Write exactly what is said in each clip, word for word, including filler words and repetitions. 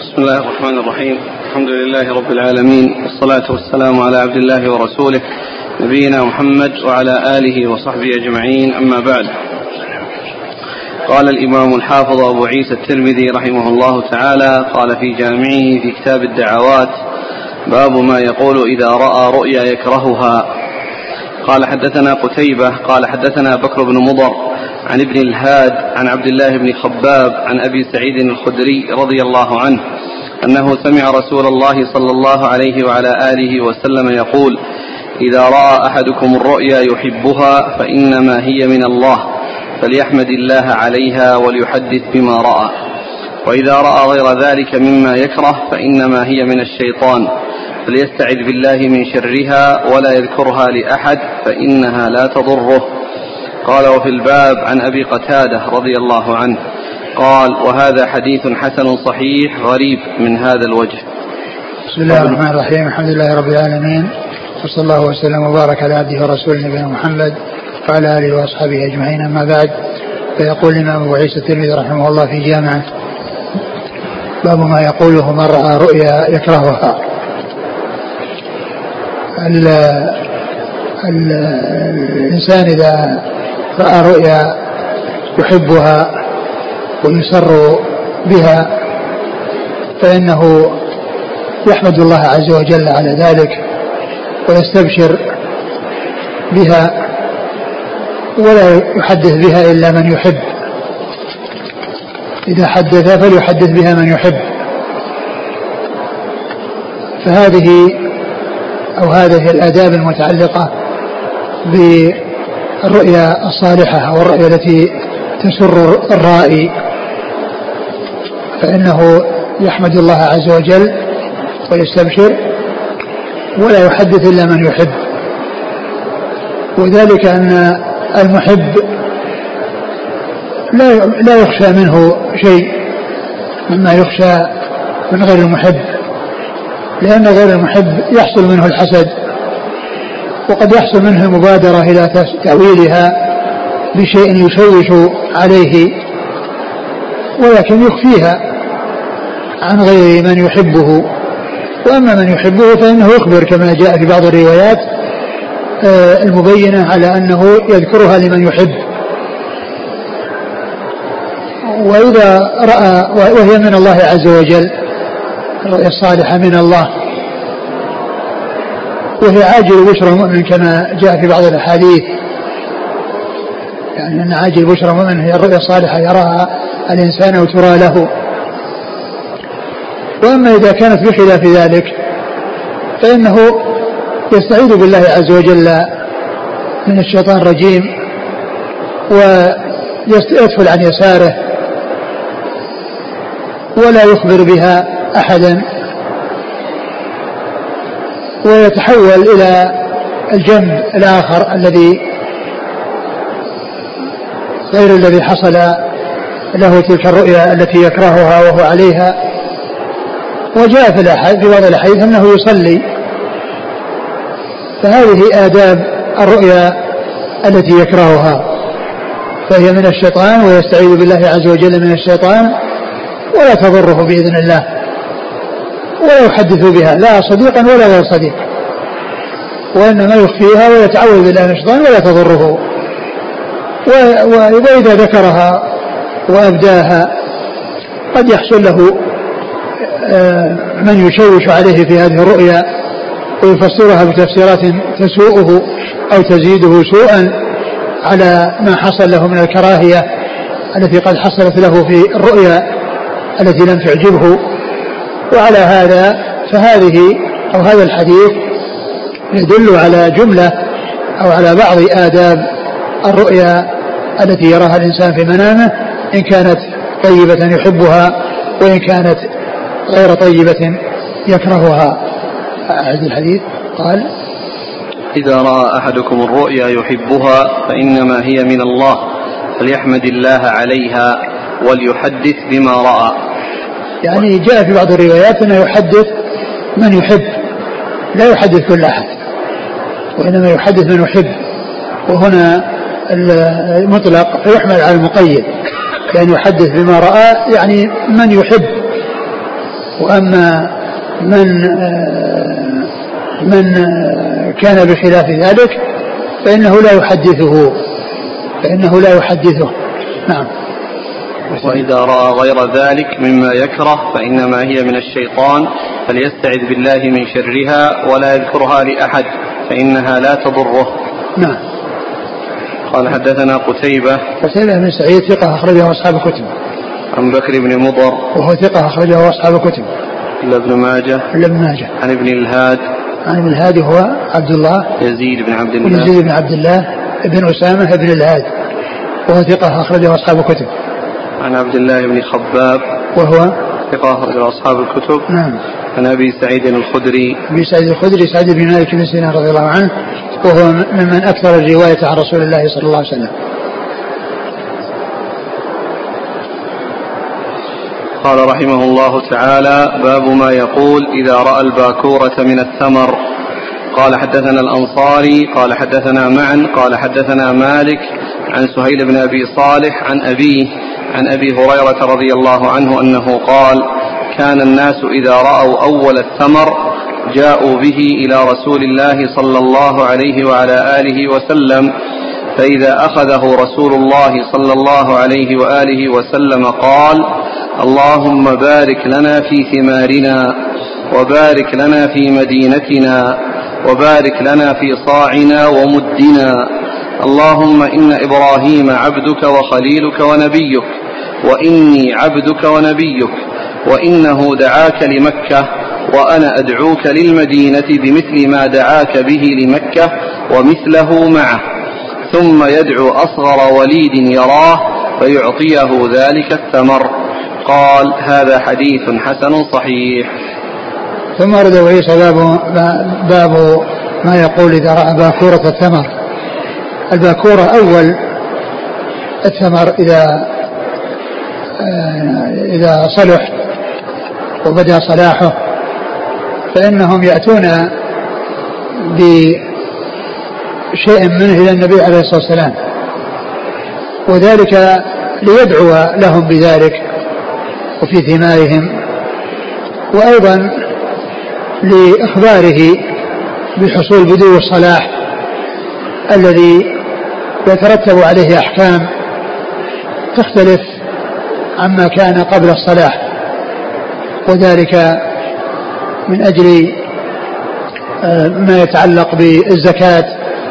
بسم الله الرحمن الرحيم. الحمد لله رب العالمين، والصلاة والسلام على عبد الله ورسوله نبينا محمد وعلى آله وصحبه أجمعين، أما بعد. قال الإمام الحافظ أبو عيسى الترمذي رحمه الله تعالى قال في جامعه في كتاب الدعوات: باب ما يقول إذا رأى رؤيا يكرهها. قال حدثنا قتيبة قال حدثنا بكر بن مضر عن ابن الهاد عن عبد الله بن خباب عن أبي سعيد الخدري رضي الله عنه أنه سمع رسول الله صلى الله عليه وعلى آله وسلم يقول: إذا رأى أحدكم الرؤيا يحبها فإنما هي من الله، فليحمد الله عليها وليحدث بما رأى، وإذا رأى غير ذلك مما يكره فإنما هي من الشيطان، فليستعذ بالله من شرها ولا يذكرها لأحد فإنها لا تضره. قال: وفي الباب عن أبي قتادة رضي الله عنه قال: وهذا حديث حسن صحيح غريب من هذا الوجه. بسم الله الرحمن الرحيم. الحمد لله رب العالمين، وصلى الله وسلم وبارك على عبده ورسوله نبينا محمد وعلى آله وأصحابه أجمعين، أما بعد. فيقول الإمام أبو عيسى الترمذي رحمه الله في جامعه: باب ما يقوله من رأى رؤيا يكرهها. ال ال الإنسان إذا رأى رؤيا يحبها ويسر بها فإنه يحمد الله عز وجل على ذلك ويستبشر بها، ولا يحدث بها إلا من يحب. إذا حدث فليحدث بها من يحب. فهذه أو هذه الآداب المتعلقة بالرؤيا الصالحة أو الرؤيا التي تسر الرائي، فإنه يحمد الله عز وجل ويستبشر ولا يحدث إلا من يحب. وذلك أن المحب لا لا يخشى منه شيء مما يخشى من غير المحب، لأن غير المحب يحصل منه الحسد، وقد يحصل منه المبادرة إلى تأويلها بشيء يشوش عليه، ولكن يخفيها عن غير من يحبه. وأما من يحبه فإنه يخبر كما جاء في بعض الروايات المبينة على أنه يذكرها لمن يحب. وإذا رأى وهي من الله عز وجل، الرؤيا الصالحة من الله، وهي عاجل بشرى المؤمن كما جاء في بعض الأحاديث، يعني أن عاجل بشرى المؤمن هي الرؤيا الصالحة يراها الإنسان وترى له. وأما إذا كانت بخلاف ذلك فإنه يستعيذ بالله عز وجل من الشيطان الرجيم ويدخل عن يساره ولا يخبر بها أحدا، ويتحول إلى الجنب الآخر الذي غير الذي حصل له تلك الرؤيا التي يكرهها وهو عليها. وجاء في بعض الأحاديث أنه يصلي. فهذه آداب الرؤيا التي يكرهها، فهي من الشيطان ويستعيذ بالله عز وجل من الشيطان ولا تضره بإذن الله، ولا يحدث بها لا صديقا ولا غير صديق، وإنما يخفيها ويتعوذ بالله من الشيطان ولا تضره. وإذا ذكرها وأبداها قد يحصل له من يشوش عليه في هذه الرؤيا ويفسرها بتفسيرات تسوءه أو تزيده سوءا على ما حصل له من الكراهية التي قد حصلت له في الرؤيا التي لم تعجبه. وعلى هذا فهذه أو هذا الحديث يدل على جملة أو على بعض آداب الرؤيا التي يراها الإنسان في منامه، إن كانت طيبة يحبها وإن كانت غير طيبة يكرهها. أعد الحديث. قال: إذا رأى أحدكم الرؤيا يحبها فإنما هي من الله، فليحمد الله عليها وليحدث بما رأى. يعني جاء في بعض الروايات أنه يحدث من يحب، لا يحدث كل أحد، وإنما يحدث من يحب. وهنا المطلق يحمل على المقيد، لأن يحدث بما رأى يعني من يحب، وأما من من كان بخلاف ذلك فإنه لا يحدثه فإنه لا يحدثه. نعم. وإذا رأى غير ذلك مما يكره فإنما هي من الشيطان فليستعذ بالله من شرها ولا يذكرها لأحد فإنها لا تضره. نعم. قال حدثنا قتيبة قتيبة بن سعيد ثقة أخرجه أصحاب الكتب. عن بكر بن مضر وهو ثقة أخرجه أصحاب الكتب. إلا ابن ماجه إلا ابن ماجه. عن ابن الهاد عن ابن الهاد هو عبد الله يزيد بن عبد الله يزيد بن عبد الله ابن أسامة ابن الهاد وهو ثقة أخرجه أصحاب الكتب. عن عبد الله بن خباب وهو ثقة أخرجه أصحاب الكتب. نعم. عن أبي سعيد الخدري أبي سعيد الخدري سعد بن مالك بن سنان رضي الله عنه وهو ممن أكثر الرواية عن رسول الله صلى الله عليه وسلم. قال رحمه الله تعالى باب ما يقول إذا رأى الباكورة من الثمر. قال حدثنا الأنصاري قال حدثنا معا قال حدثنا مالك عن سهيل بن أبي صالح عن أبيه عن أبي هريرة رضي الله عنه أنه قال كان الناس إذا رأوا أول الثمر جاءوا به إلى رسول الله صلى الله عليه وعلى آله وسلم فإذا أخذه رسول الله صلى الله عليه وآله وسلم قال اللهم بارك لنا في ثمارنا وبارك لنا في مدينتنا وبارك لنا في صاعنا ومدنا اللهم إن إبراهيم عبدك وخليلك ونبيك وإني عبدك ونبيك وإنه دعاك لمكة وأنا أدعوك للمدينة بمثل ما دعاك به لمكة ومثله معه ثم يدعو أصغر وليد يراه فيعطيه ذلك الثمر. قال هذا حديث حسن صحيح. ثم ورد وعيسى باب, باب ما يقول إذا رأى باكورة الثمر. الباكورة أول الثمر إذا إذا صلح وبدأ صلاحه فإنهم يأتون بشيء منه إلى النبي عليه الصلاة والسلام وذلك ليدعو لهم بذلك وفي ثمارهم وأيضا لإخباره بحصول بدو الصلاح الذي يترتب عليه أحكام تختلف عما كان قبل الصلاح وذلك من أجل ما يتعلق بالزكاة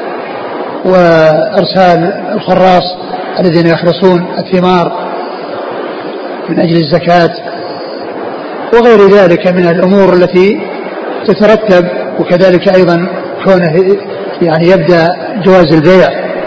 وإرسال الخراص الذين يخرصون الثمار من أجل الزكاة وغير ذلك من الأمور التي تترتب وكذلك أيضا كونه يعني يبدأ جواز البيع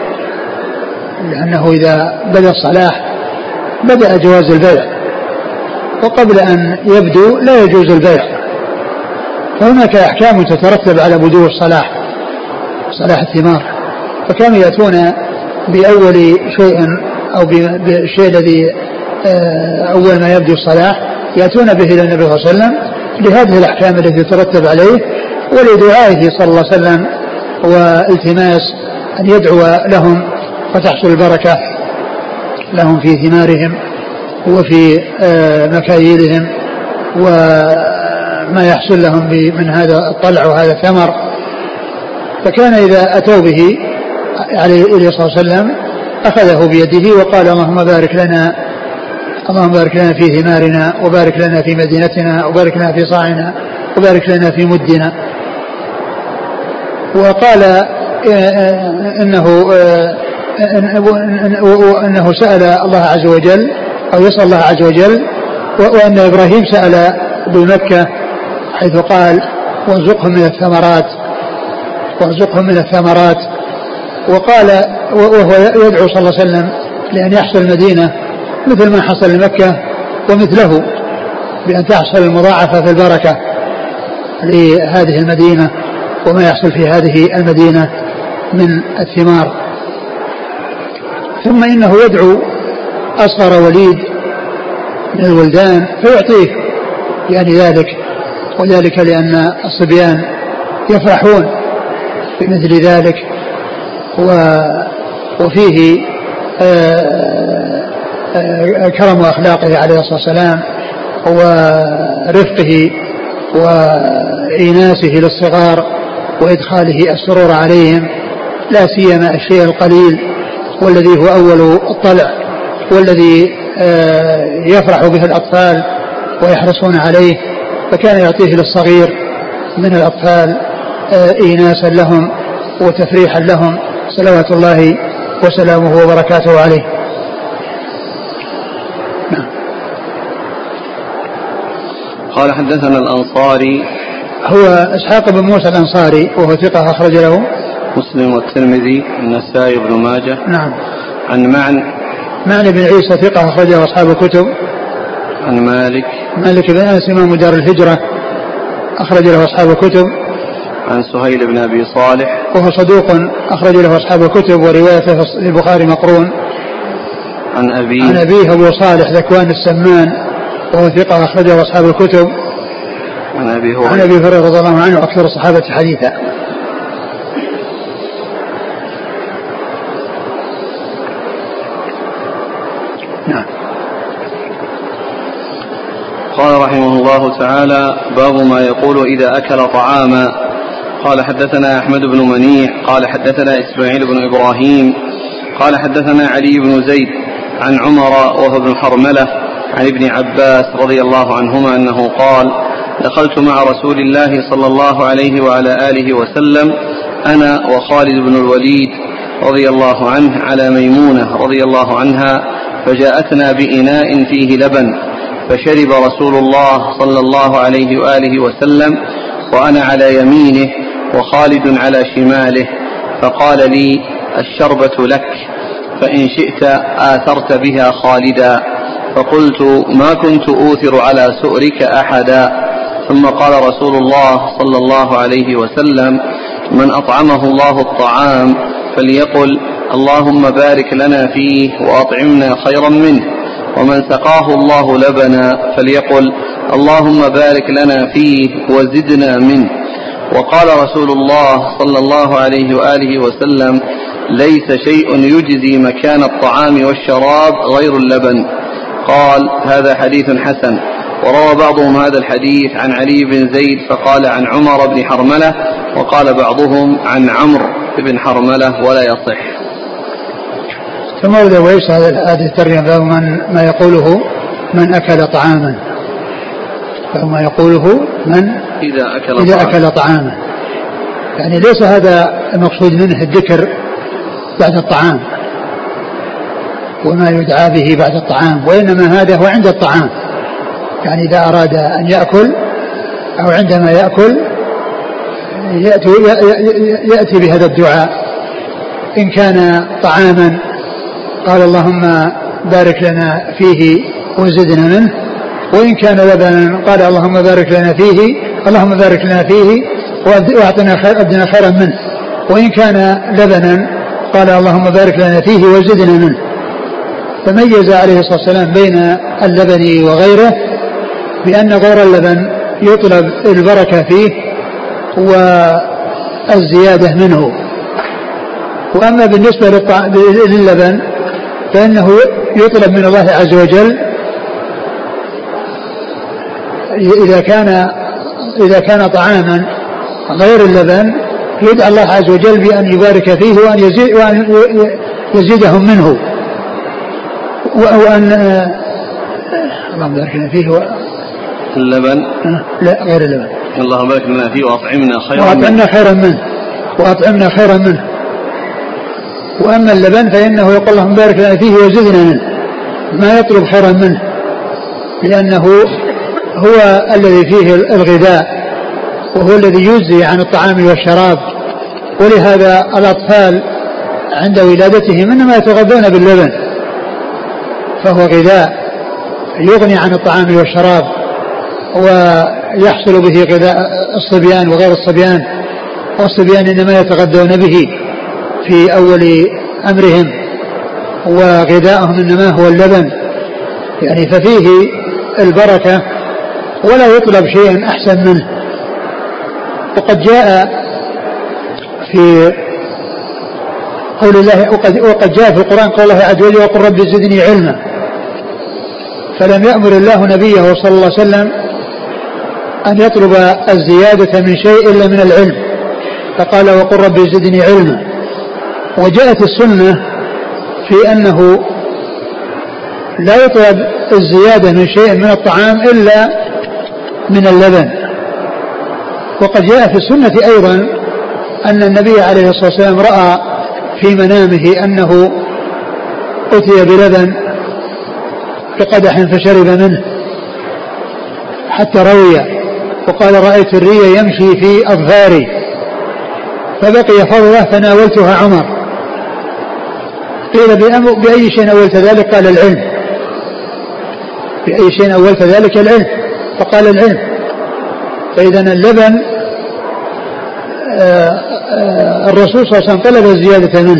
لأنه إذا بدأ الصلاح بدأ جواز البيع وقبل أن يبدو لا يجوز البيع فهناك أحكام تترتب على بدو الصلاح صلاح الثمار فكانوا يأتون بأول شيء أو بالشيء الذي أول ما يبدو الصلاح يأتون به إلى النبي صلى الله عليه وسلم لهذه الأحكام التي تترتب عليه ولدعائه صلى الله عليه وسلم والتماس أن يدعو لهم فتحصل البركة لهم في ثمارهم وفي مكاييلهم وما يحصل لهم من هذا الطلع وهذا الثمر. فكان إذا أتوا به عليه الصلاة والسلام أخذه بيده وقال اللهم بارك لنا اللهم بارك لنا في ثمارنا وبارك لنا في مدينتنا وبارك لنا في صاعنا وبارك لنا في مدنا. وقال إنه أنه سأل الله عز وجل أو يسأل الله عز وجل وأن إبراهيم سأل بمكة حيث قال وارزقهم من الثمرات وارزقهم من الثمرات وقال وهو يدعو صلى الله عليه وسلم لأن يحصل المدينة مثل ما حصل لمكة ومثله بأن تحصل المضاعفة في البركة لهذه المدينة وما يحصل في هذه المدينة من الثمار. ثم إنه يدعو أصغر وليد من الولدان فيعطيه يعني ذلك وذلك لأن الصبيان يفرحون بمثل ذلك وفيه كرم أخلاقه عليه الصلاة والسلام ورفقه وإيناسه للصغار وإدخاله السرور عليهم، لا سيما الشيء القليل والذي هو أول الطلع والذي يفرح به الأطفال ويحرصون عليه، فكان يعطيه للصغير من الأطفال إيناسا لهم وتفريحا لهم صلوات الله وسلامه وبركاته عليه. نعم. قال حدثنا الأنصاري هو إسحاق بن موسى الأنصاري وهو ثقة أخرج له مسلم والترمذي والنسائي بن ماجه. نعم. عن معن معن بن عيسى ثقة أخرجه أصحاب الكتب. عن مالك مالك بن أنس إمام دار الهجرة أخرج له أصحاب الكتب. عن سهيل بن أبي صالح وهو صدوق أخرج له أصحاب الكتب وروايته في البخاري مقرون. عن أبيه عن أبيه أبو صالح ذكوان السمان وهو ثقة أخرجه أصحاب الكتب. عن أبي هريرة عن أبي هريرة رضي الله عنه أكثر الصحابة حديثا. نعم. قال رحمه الله تعالى: باب ما يقول إذا أكل طعاما. قال حدثنا أحمد بن منيع قال حدثنا إسماعيل بن إبراهيم قال حدثنا علي بن زيد عن عمر وهو ابن حرملة عن ابن عباس رضي الله عنهما أنه قال: دخلت مع رسول الله صلى الله عليه وعلى آله وسلم أنا وخالد بن الوليد رضي الله عنه على ميمونة رضي الله عنها، فجاءتنا بإناء فيه لبن، فشرب رسول الله صلى الله عليه وآله وسلم وأنا على يمينه وخالد على شماله، فقال لي: الشربة لك، فإن شئت آثرت بها خالدا. فقلت: ما كنت أوثر على سؤرك أحدا. ثم قال رسول الله صلى الله عليه وسلم: من أطعمه الله الطعام فليقل: اللهم بارك لنا فيه وأطعمنا خيرا منه، ومن سقاه الله لبنا فليقل: اللهم بارك لنا فيه وزدنا منه. وقال رسول الله صلى الله عليه وآله وسلم: ليس شيء يجزي مكان الطعام والشراب غير اللبن. قال: هذا حديث حسن. وروى بعضهم هذا الحديث عن علي بن زيد فقال عن عمر بن حرملة، وقال بعضهم عن عمرو بن حرملة ولا يصح. ثم ورد ويس هذه الترجمة من ما يقوله من أكل طعاما، فما يقوله من إذا أكل, إذا أكل طعاما، يعني ليس هذا المقصود منه الذكر بعد الطعام وما يدعى به بعد الطعام، وإنما هذا هو عند الطعام، يعني إذا أراد أن يأكل أو عندما يأكل يأتي, يأتي بهذا الدعاء. إن كان طعاما قال: اللهم بارك لنا فيه وزدنا منه، وإن كان لبنا قال: اللهم بارك لنا فيه اللهم بارك لنا فيه وأعطنا خير أدنا خيرا منه، وإن كان لبنا قال: اللهم بارك لنا فيه وزدنا منه. فميز عليه الصلاة والسلام بين اللبن وغيره بأن غير اللبن يطلب البركة فيه والزيادة منه، وأما بالنسبة لللبن فإنه يطلب من الله عز وجل إذا كان إذا كان طعاما غير اللبن يدعى الله عز وجل بأن يبارك فيه وأن يزيد وأن يزيدهم منه، وأن اللهم بارك لنا فيه و... اللبن لا غير اللبن اللهم بارك لنا فيه وأطعمنا خيرا وأطعمنا خيرا منه وأطعمنا خيرا منه. وأما اللبن فإنه يقول اللهم بارك لنا فيه وزدنا منه، ما يطلب خيرا منه، لأنه هو الذي فيه الغذاء وهو الذي يجزي عن الطعام والشراب. ولهذا الأطفال عند ولادتهم إنما يتغذون باللبن، فهو غذاء يغني عن الطعام والشراب ويحصل به غذاء الصبيان وغير الصبيان، والصبيان إنما يتغذون به في أول أمرهم، وغذاءهم إنما هو اللبن، يعني ففيه البركة ولا يطلب شيء أحسن منه. وقد جاء في قول الله وقد, وقد جاء في القرآن قول الله عز وجل: وقل رب زدني علما. فلم يأمر الله نبيه صلى الله عليه وسلم أن يطلب الزيادة من شيء إلا من العلم، فقال وقل ربي زدني علما. وجاءت السنة في أنه لا يطلب الزيادة من شيء من الطعام إلا من اللبن. وقد جاء في السنة أيضا أن النبي عليه الصلاة والسلام رأى في منامه أنه أتي بلبن بقدح فشرب منه حتى روي، وقال رأيت الري يمشي في أظفاري فبقي فضله فناولتها عمر. قيل بأي شيء أولت ذلك؟ قال العلم. بأي شيء أولت ذلك؟ العلم. فقال العلم. فإذا اللبن الرسول صلى الله عليه وسلم طلب الزيادة منه،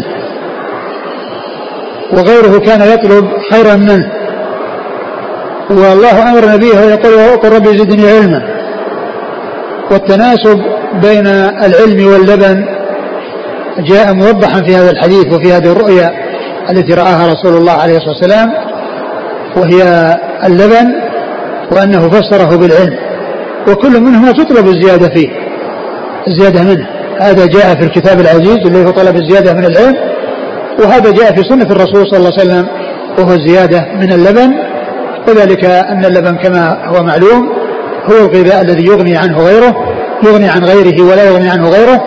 وغيره كان يطلب خيرا منه، والله أمر نبيه يقول وقل ربي زدني علما. والتناسب بين العلم واللبن جاء موضحا في هذا الحديث وفي هذه الرؤيا التي رآها رسول الله عليه الصلاة والسلام، وهي اللبن، وأنه فسره بالعلم، وكل منهما تطلب الزيادة فيه، الزيادة منه. هذا جاء في الكتاب العزيز اللي هو طلب الزيادة من العلم، وهذا جاء في سنة الرسول صلى الله عليه وسلم وهو الزيادة من اللبن. وذلك أن اللبن كما هو معلوم هو الغذاء الذي يغني عنه غيره، يغني عن غيره ولا يغني عنه غيره،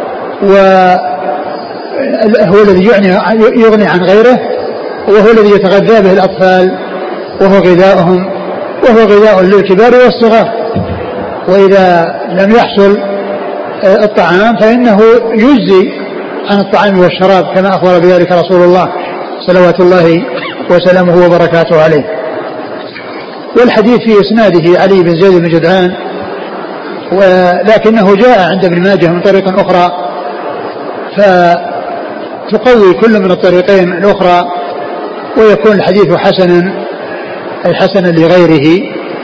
وهو الذي يغني عن غيره، وهو الذي يتغذى به الأطفال، وهو غذاؤهم، وهو غذاء للكبار والصغار. وإذا لم يحصل الطعام فإنه يجزي عن الطعام والشراب كما أخبر بذلك رسول الله صلوات الله وسلامه وبركاته عليه. والحديث في إسناده علي بن زيد بن جدعان، ولكنه جاء عند ابن ماجه من طريق أخرى، فتقوي كل من الطريقين الأخرى ويكون الحديث حسنا، أي حسنا لغيره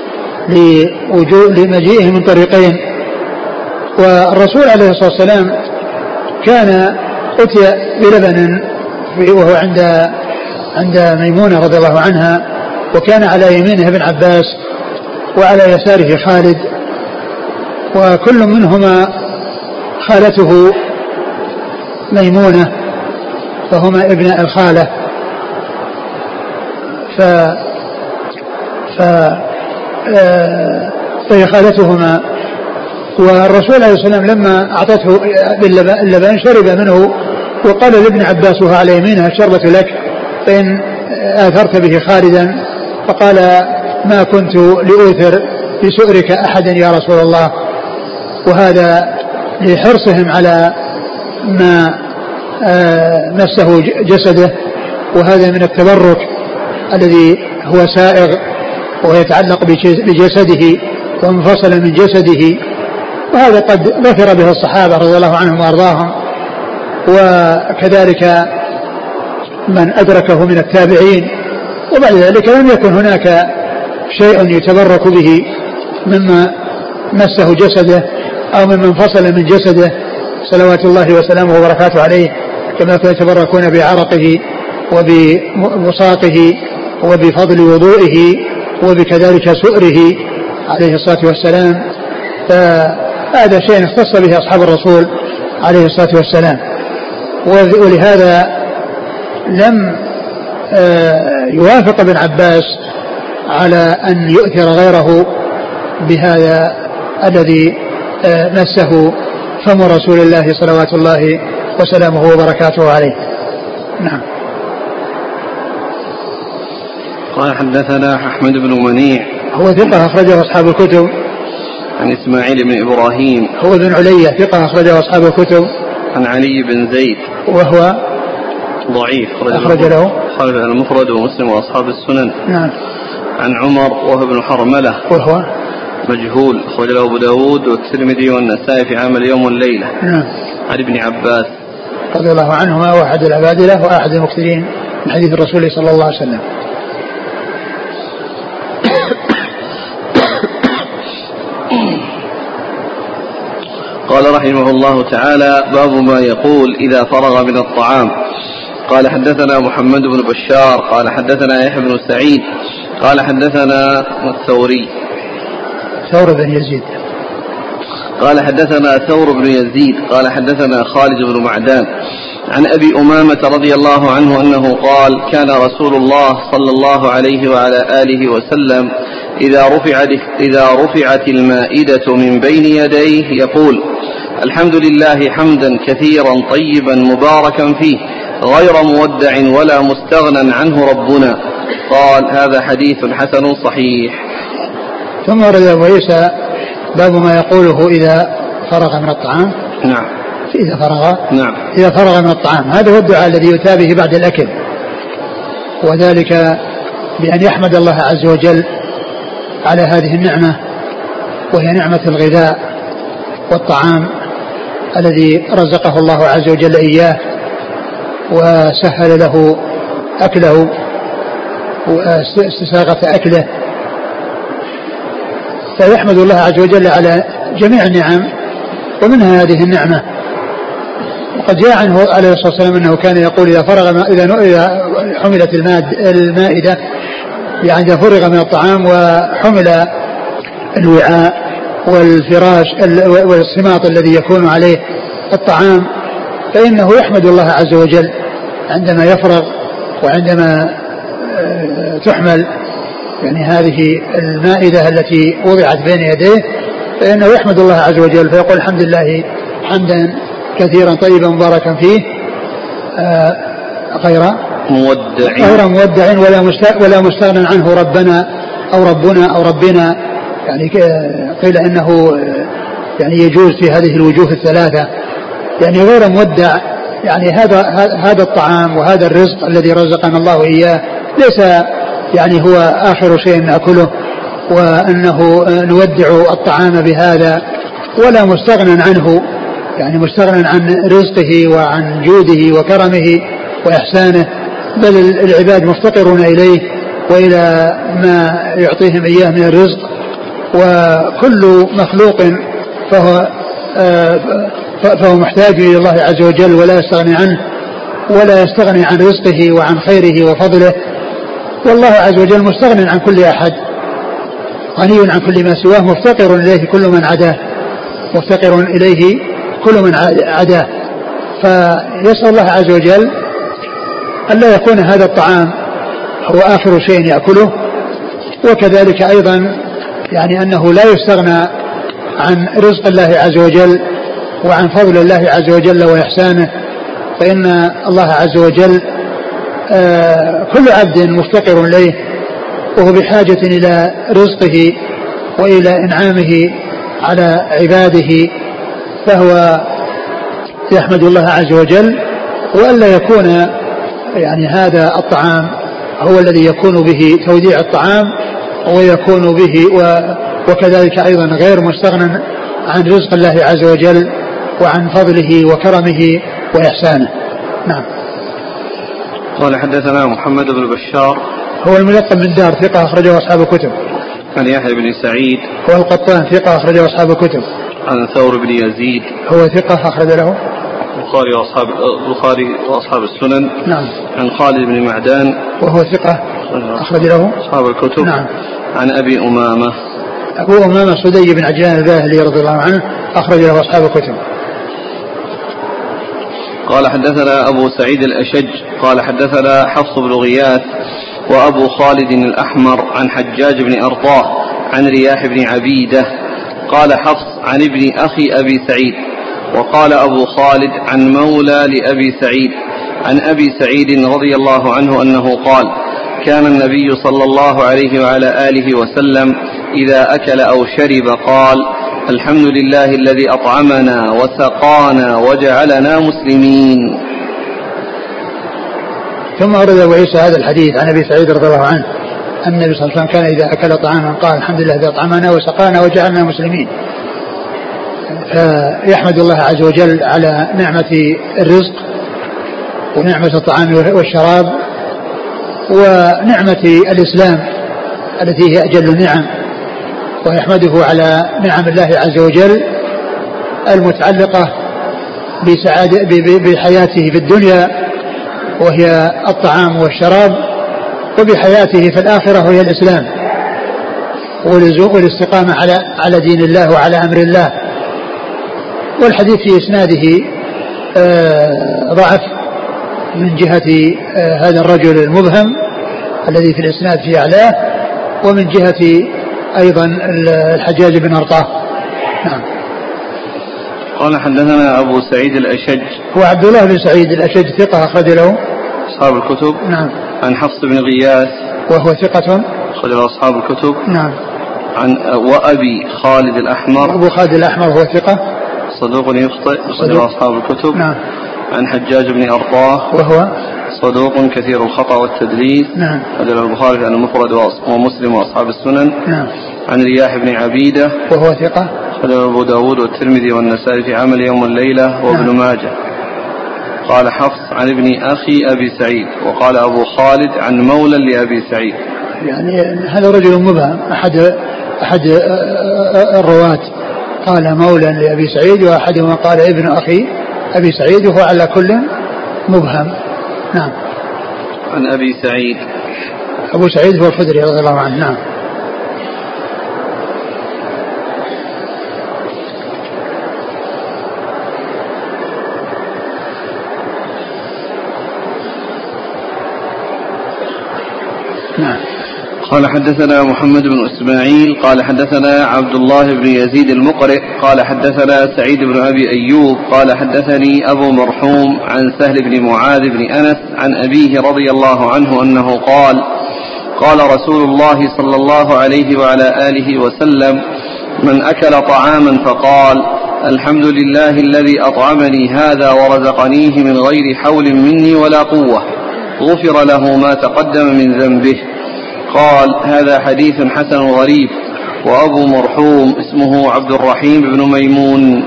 لمجيئه من طريقين. والرسول عليه الصلاة والسلام كان أتي بلبن وهو عند عند ميمونة رضي الله عنها، وكان على يمينه ابن عباس وعلى يساره خالد، وكل منهما خالته ميمونة، فهما ابن الخالة. ف ف فهي خالتهما. والرسول عليه الصلاة والسلام لما أعطته اللبن شرب منه، وقال لابن عباس وهو على يمينه الشربة لك فإن آثرت به خالدا، فقال ما كنت لأوثر بسؤرك أحدا يا رسول الله. وهذا لحرصهم على ما مسه جسده، وهذا من التبرك الذي هو سائغ ويتعلق بجسده وانفصل من جسده، وهذا قد ذكر به الصحابة رضي الله عنهم وأرضاهم، وكذلك من أدركه من التابعين. وبعد ذلك لم يكن هناك شيء يتبرك به مما مسه جسده أو مما انفصل من جسده صلوات الله وسلامه وبركاته عليه، كما كانوا يتبركون بعرقه وبمصاقه وبفضل وضوئه وبكذلك سؤره عليه الصلاة والسلام. فهذا شيء اختص به أصحاب الرسول عليه الصلاة والسلام. ولهذا لم يوافق ابن عباس على أن يؤثر غيره بهذا الذي مسه فم رسول الله صلوات الله وسلامه وبركاته عليه. نعم. قال حدثنا أحمد بن منيع هو ثقة أخرجه أصحاب الكتب. عن إسماعيل بن إبراهيم هو بن علية ثقة أخرجه أصحاب الكتب. عن علي بن زيد وهو ضعيف أخرج له خالد المفرد ومسلم وأصحاب السنن. نعم. عن عمر وهو ابن حرملة وهو مجهول أخرج له أبو داود والترمذي والنسائي في عمل يوم والليلة. نعم. عن ابن عباس رضي الله عنهما وأحد العبادلة وأحد المكثرين من حديث الرسول صلى الله عليه وسلم. قال رحمه الله تعالى باب ما يقول إذا فرغ من الطعام. قال حدثنا محمد بن بشار قال حدثنا يحيى بن سعيد قال حدثنا الثوري ثور بن يزيد قال حدثنا ثور بن يزيد قال حدثنا خالد بن معدان عن أبي أمامة رضي الله عنه أنه قال كان رسول الله صلى الله عليه وعلى آله وسلم إذا رفعت, إذا رفعت المائدة من بين يديه يقول الحمد لله حمدا كثيرا طيبا مباركا فيه غير مودع ولا مستغنى عنه ربنا. قال هذا حديث حسن صحيح. ثم ورد أبو عيسى باب ما يقوله إذا فرغ من الطعام. نعم. إذا فرغ نعم. إذا فرغ من الطعام، هذا هو الدعاء الذي يؤتى به بعد الأكل، وذلك بأن يحمد الله عز وجل على هذه النعمة، وهي نعمة الغذاء والطعام الذي رزقه الله عز وجل إياه وسهل له أكله واستساغة أكله، فيحمد الله عز وجل على جميع النعم ومنها هذه النعمة. وقد جاء عنه عليه الصلاة والسلام أنه كان يقول إذا فرغ إذا حملت المائدة، يعني إذا فرغ من الطعام وحمل الوعاء والفراش والسماط الذي يكون عليه الطعام، فإنه يحمد الله عز وجل عندما يفرغ وعندما تحمل يعني هذه المائدة التي وضعت بين يديه، فإنه يحمد الله عز وجل فيقول الحمد لله حمدا كثيرا طيبا مباركا فيه غير مودع غير مودع ولا ولا مستغنى عنه ربنا أو ربنا أو ربنا. يعني قيل إنه يعني يجوز في هذه الوجوه الثلاثة، يعني غير مودع، يعني هذا هذا الطعام وهذا الرزق الذي رزقنا الله إياه ليس يعني هو آخر شيء نأكله وأنه نودع الطعام بهذا، ولا مستغنى عنه، يعني مستغنى عن رزقه وعن جوده وكرمه وإحسانه، بل العباد مفتقرون إليه وإلى ما يعطيهم إياه من الرزق، وكل مخلوق فهو فهو محتاج إلى الله عز وجل ولا يستغني عنه ولا يستغني عن رزقه وعن خيره وفضله، والله عز وجل مستغني عن كل أحد غني عن كل ما سواه مفتقر إليه كل من عداه مفتقر إليه كل من عداه. فيسأل الله عز وجل ألا يكون هذا الطعام هو آخر شيء يأكله، وكذلك أيضا يعني أنه لا يستغنى عن رزق الله عز وجل وعن فضل الله عز وجل وإحسانه، فإن الله عز وجل آه كل عبد مفتقر إليه وهو بحاجة إلى رزقه وإلى إنعامه على عباده، فهو يحمد الله عز وجل، وألا يكون يعني هذا الطعام هو الذي يكون به توديع الطعام ويكون به وكذلك أيضا غير مستغنى عن رزق الله عز وجل وعن فضله وكرمه وإحسانه. نعم. قال حدثنا محمد بن بشار هو الملقب من دار ثقة أخرجه أصحاب الكتب. عن يحيى بن سعيد هو القطان ثقة أخرجه أصحاب الكتب. عن ثور بن يزيد هو ثقة أخرج له البخاري وأصحاب البخاري وأصحاب السنن. نعم. عن خالد بن معدان وهو ثقة أخرج له أصحاب الكتب. نعم. عن أبي أمامة أبو أمامة صدي بن عجلان الباهلي رضي الله عنه أخرج له أصحاب الكتب. قال حدثنا أبو سعيد الأشج قال حدثنا حفص بن غياث وأبو خالد الأحمر عن حجاج بن أرطاه عن رياح بن عبيدة قال حفص عن ابن أخي أبي سعيد، وقال أبو خالد عن مولى لأبي سعيد عن أبي سعيد رضي الله عنه أنه قال كان النبي صلى الله عليه وعلى آله وسلم إذا أكل أو شرب قال الحمد لله الذي أطعمنا وسقانا وجعلنا مسلمين. ثم أورد أبو عيسى هذا الحديث عن أبي سعيد رضي الله عنه أن النبي صلى الله عليه وسلم كان إذا أكل طعاما قال الحمد لله الذي أطعمنا وسقانا وجعلنا مسلمين، فيحمد الله عز وجل على نعمة الرزق ونعمة الطعام والشراب ونعمة الإسلام التي هي أجل النعم، ويحمده على نعم الله عز وجل المتعلقة بسعادة بحياته في الدنيا وهي الطعام والشراب، وبحياته في الآخرة وهي الإسلام والاستقامة على على دين الله وعلى أمر الله. والحديث في إسناده ضعف من جهة هذا الرجل المبهم الذي في الإسناد في أعلاه، ومن جهة أيضا الحجاج بن أرطاه. نعم. قال حدثنا أبو سعيد الأشج، هو عبد الله بن سعيد الأشج ثقة أخرج له أصحاب الكتب. نعم. عن حفص بن غياث وهو ثقة أخرج له أصحاب الكتب. نعم. عن وأبي خالد الأحمر، أبو خالد الأحمر هو ثقة صدوق يخطئ أخرج له أصحاب الكتب. نعم. عن حجاج بن أرطاه وهو صدوق كثير الخطأ والتدليس. نعم. أخرج له البخاري عن المفرد ومسلم وأصحاب السنن. نعم. عن رياح بن عبيدة وهو ثقة أخرج له أبو داود والترمذي والنسائي في عمل يوم الليلة وابن نعم. ماجه. قال حفص عن ابن أخي أبي سعيد، وقال أبو خالد عن مولى لأبي سعيد. يعني هذا رجل مبهم، أحد أحد الرواة قال مولى لأبي سعيد، وأحدهما قال ابن أخي أبي سعيد، وهو على كل مبهم. نعم. عن أبي سعيد، أبو سعيد هو الخدري رضي الله عنه. نعم. نعم. قال حدثنا محمد بن إسماعيل قال حدثنا عبد الله بن يزيد المقرئ قال حدثنا سعيد بن أبي أيوب قال حدثني أبو مرحوم عن سهل بن معاذ بن أنس عن أبيه رضي الله عنه أنه قال قال رسول الله صلى الله عليه وعلى آله وسلم: من أكل طعاما فقال الحمد لله الذي أطعمني هذا ورزقنيه من غير حول مني ولا قوة، غفر له ما تقدم من ذنبه. قال: هذا حديث حسن غريب. وأبو مرحوم اسمه عبد الرحيم بن ميمون.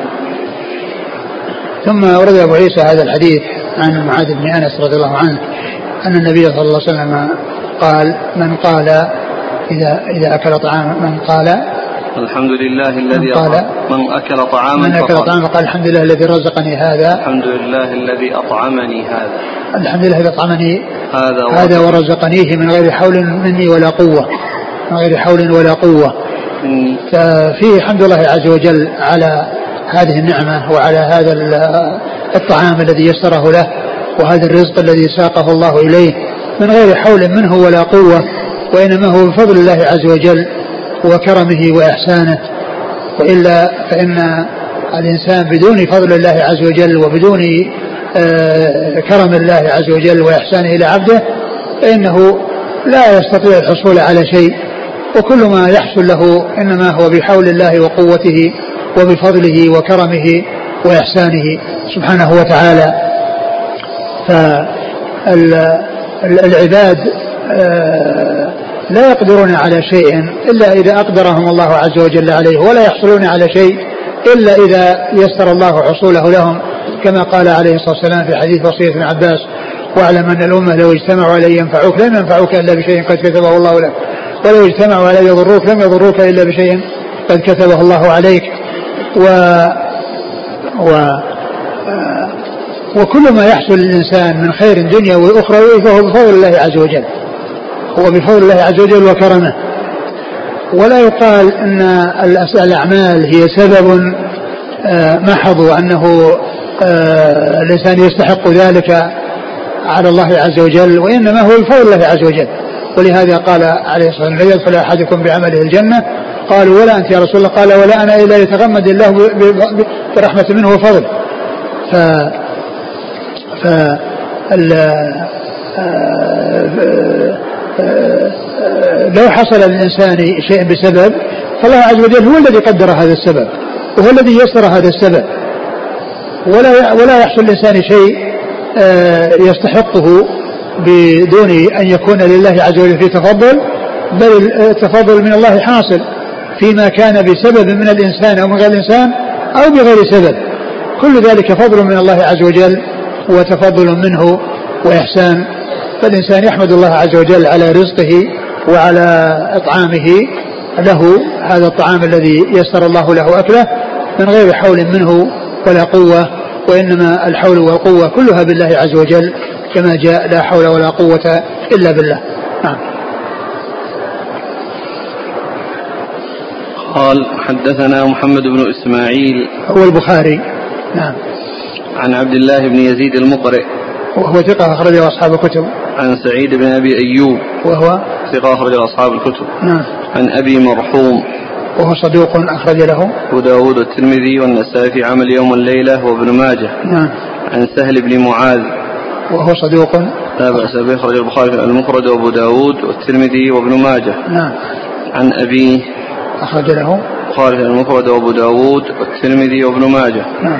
ثم ورد أبو عيسى هذا الحديث عن معاذ بن أنس رضي الله عنه أن النبي صلى الله عليه وسلم قال: من قال إذا إذا أكل طعاما من قال الحمد لله الذي قال من أكل طعاما من أكل طعاما قال الحمد لله الذي رزقني هذا الحمد لله الذي أطعمني هذا الحمد لله الذي أطعمني هذا, هذا ورزقنيه من غير حول مني ولا قوة من غير حول ولا قوة. ففيه حمد الله عز وجل على هذه النعمة وعلى هذا الطعام الذي يسره له وهذا الرزق الذي ساقه الله إليه من غير حول منه ولا قوة، وإنما هو بفضل الله عز وجل وكرمه وإحسانه. وإلا فإن الإنسان بدون فضل الله عز وجل وبدون كرم الله عز وجل وإحسانه إلى عبده فإنه لا يستطيع الحصول على شيء، وكل ما يحصل له إنما هو بحول الله وقوته وبفضله وكرمه وإحسانه سبحانه وتعالى. فالعباد لا يقدرون على شيء إلا إذا أقدرهم الله عز وجل عليه، ولا يحصلون على شيء إلا إذا يسر الله حصوله لهم، كما قال عليه الصلاة والسلام في حديث وصية ابن عباس: واعلم أن الأمة لو اجتمعوا على أن ينفعوك لم ينفعوك إلا بشيء قد كتبه الله لك، ولو اجتمعوا على أن يضروك لم يضروك إلا بشيء قد كتبه الله عليك. و, و وكل ما يحصل للإنسان من خير دنيا وأخروي فهو بفضل الله عز وجل، هو بفضل الله عز وجل وكرمه. ولا يقال أن الأعمال هي سبب محض وأنه الإنسان يستحق ذلك على الله عز وجل، وإنما هو بفضل الله عز وجل. ولهذا قال عليه الصلاة والسلام: لا يدخل أحدكم بعمله الجنة. قالوا: ولا أنت يا رسول الله؟ قال: ولا أنا إلا يتغمد الله برحمة منه وفضل. ف ف لو حصل للإنسان شيء بسبب فالله عز وجل هو الذي قدر هذا السبب وهو الذي يسر هذا السبب، ولا ولا يحصل للإنسان شيء يستحقه بدون أن يكون لله عز وجل في تفضل، بل التفضل من الله حاصل فيما كان بسبب من الإنسان أو من غير الإنسان أو بغير سبب، كل ذلك فضل من الله عز وجل وتفضل منه وإحسان. فالإنسان يحمد الله عز وجل على رزقه وعلى إطعامه له هذا الطعام الذي يسر الله له أكله من غير حول منه ولا قوة، وإنما الحول والقوة كلها بالله عز وجل، كما جاء: لا حول ولا قوة إلا بالله. نعم. قال حدثنا محمد بن إسماعيل هو البخاري. نعم. عن عبد الله بن يزيد المقرئ وهو ثقة أخرجه أصحاب الكتب. عن سعيد بن أبي أيوب وهو ثقة أخرجه أصحاب الكتب. نعم. عن أبي مرحوم وهو صدوق أخرج له أبو داود والترمذي والنسائي في عمل يوم الليلة وابن ماجه. نعم. عن سهل بن معاذ وهو صدوق لا بأس به أخرج البخاري في المفرد وأبو داود والترمذي وابن ماجه. نعم. عن أبيه أخرج له البخاري في المفرد وأبو داود والترمذي وابن ماجه. نعم.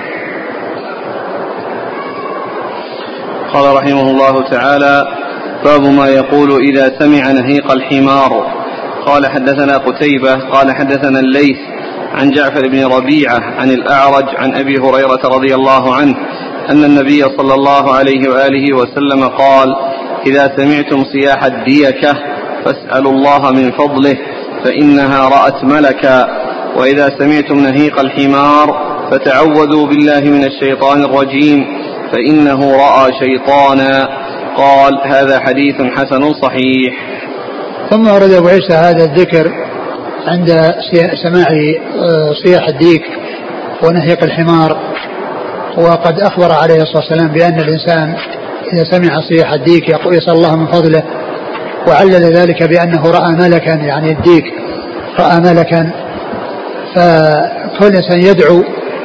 قال رحمه الله تعالى: باب ما يقول إذا سمع نهيق الحمار. قال حدثنا قتيبة قال حدثنا الليث عن جعفر بن ربيعة عن الأعرج عن أبي هريرة رضي الله عنه أن النبي صلى الله عليه وآله وسلم قال: إذا سمعتم صياح الديكة فاسألوا الله من فضله فإنها رأت ملكا، وإذا سمعتم نهيق الحمار فتعوذوا بالله من الشيطان الرجيم فإنه رأى شيطانا. قال: هذا حديث حسن صحيح. ثم ورد أبو عيسى هذا الذكر عند سماع صياح الديك ونهيق الحمار، وقد أخبر عليه الصلاة والسلام بأن الإنسان إذا سمع صياح الديك يسأل الله من فضله، وعلل ذلك بأنه رأى ملكا، يعني الديك رأى ملكا، فكل إنسان يدعو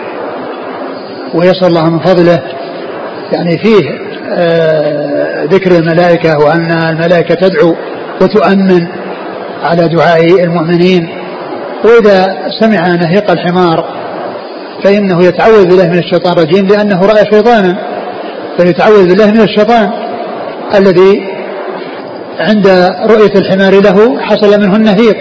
ويسأل الله من فضله يعني فيه آه ذكر الملائكة، وأن الملائكة تدعو وتؤمن على دعاء المؤمنين. وإذا سمع نهيق الحمار فإنه يتعوذ بالله من الشيطان الرجيم لأنه رأى شيطانا، فيتعوذ بالله من الشيطان الذي عند رؤية الحمار له حصل منه النهيق.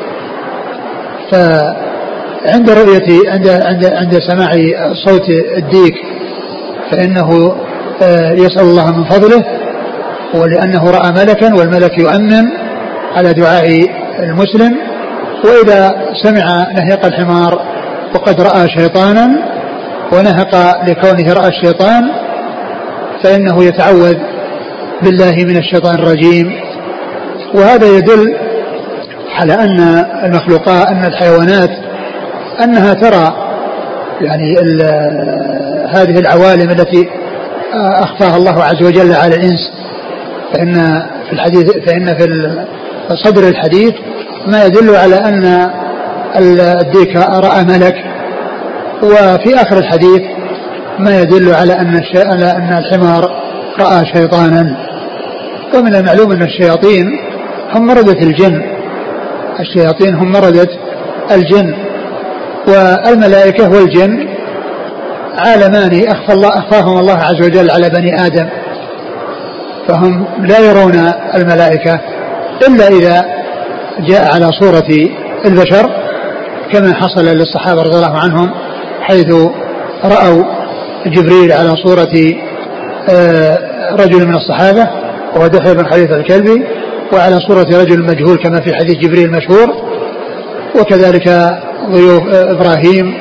فعند رؤية عند عند عند سماع صوت الديك فإنه يسأل الله من فضله، ولأنه رأى ملكا والملك يؤمن على دعاء المسلم. وإذا سمع نهيق الحمار وقد رأى شيطانا ونهق لكونه رأى الشيطان فإنه يتعوذ بالله من الشيطان الرجيم. وهذا يدل على أن المخلوقات، أن الحيوانات أنها ترى يعني هذه العوالم التي أخفاها الله عز وجل على الإنس. فإن في الحديث فإن في صدر الحديث ما يدل على أن الديك رأى ملك، وفي آخر الحديث ما يدل على أن أن الحمار رأى شيطانا. ومن المعلوم أن الشياطين هم مردة الجن، الشياطين هم مردة الجن، والملائكة والجن عالمان أخفى الله أخفاهم الله عز وجل على بني آدم، فهم لا يرون الملائكة إلا إذا جاء على صورة البشر، كما حصل للصحابة رضي الله عنهم حيث رأوا جبريل على صورة رجل من الصحابة وهو دحية بن خليفة الكلبي، وعلى صورة رجل مجهول كما في حديث جبريل المشهور. وكذلك ضيوف إبراهيم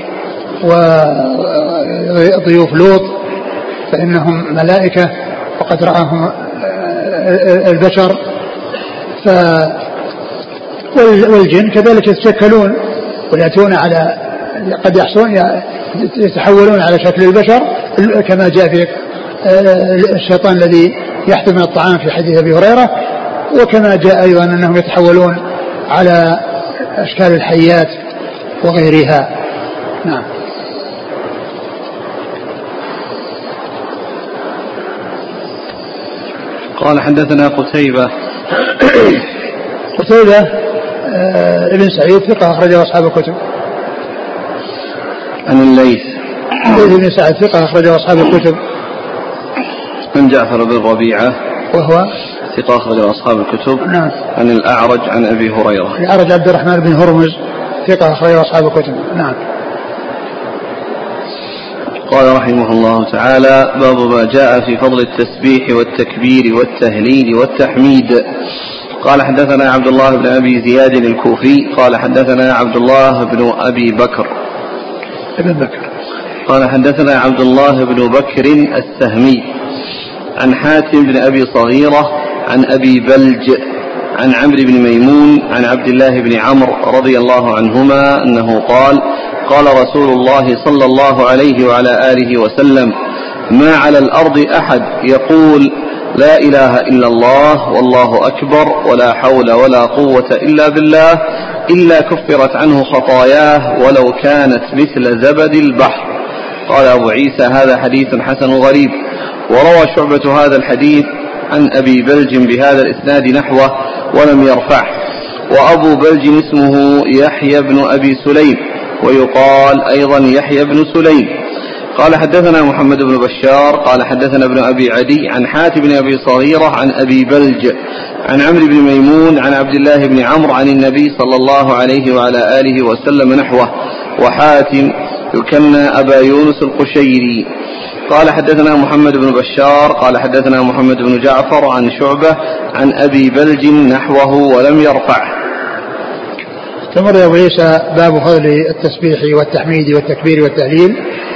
وضيوف لوط فإنهم ملائكة وقد رآهم البشر. ف والجن كذلك يتشكلون ويأتون على قد يحصلون يتحولون على شكل البشر كما جاء في الشيطان الذي يحتمل من الطعام في حديث أبي هريرة، وكما جاء أيضا أنهم يتحولون على أشكال الحيات وغيرها. نعم. قال حدثنا قتيبة قتيبة آه ابن سعيد ثقة أخرجه أصحاب الكتب. عن الليث الليث بن سعد ثقة أخرجه أصحاب الكتب. عن جعفر بن ربيعة وهو ثقة أخرجه أصحاب الكتب. نعم. عن الأعرج عن أبي هريرة الأعرج عبد الرحمن بن هرمز ثقة أخرجه أصحاب الكتب. نعم. قال رحمه الله تعالى: باب ما جاء في فضل التسبيح والتكبير والتهليل والتحميد. قال حدثنا عبد الله بن أبي زياد الكوفي قال حدثنا عبد الله بن أبي بكر ابن بكر قال حدثنا عبد الله بن بكر السهمي عن حاتم بن أبي صغيرة عن أبي بلج عن عمرو بن ميمون عن عبد الله بن عمرو رضي الله عنهما أنه قال قال رسول الله صلى الله عليه وعلى آله وسلم ما على الأرض أحد يقول لا إله إلا الله والله أكبر ولا حول ولا قوة إلا بالله إلا كفرت عنه خطاياه ولو كانت مثل زبد البحر. قال أبو عيسى هذا حديث حسن غريب. وروى شعبة هذا الحديث عن أبي بلج بهذا الإسناد نحوه ولم يرفعه. وأبو بلج اسمه يحيى بن أبي سليم ويقال أيضا يحيى بن سليم. قال حدثنا محمد بن بشار قال حدثنا ابن أبي عدي عن حاتم بن أبي صغيرة عن أبي بلج عن عمرو بن ميمون عن عبد الله بن عمرو عن النبي صلى الله عليه وعلى آله وسلم نحوه. وحاتم يكنى أبا يونس القشيري. قال حدثنا محمد بن بشار قال حدثنا محمد بن جعفر عن شعبة عن أبي بلج نحوه ولم يرفعه. تمر يا أبو عيسى باب فضل التسبيح والتحميد والتكبير والتهليل،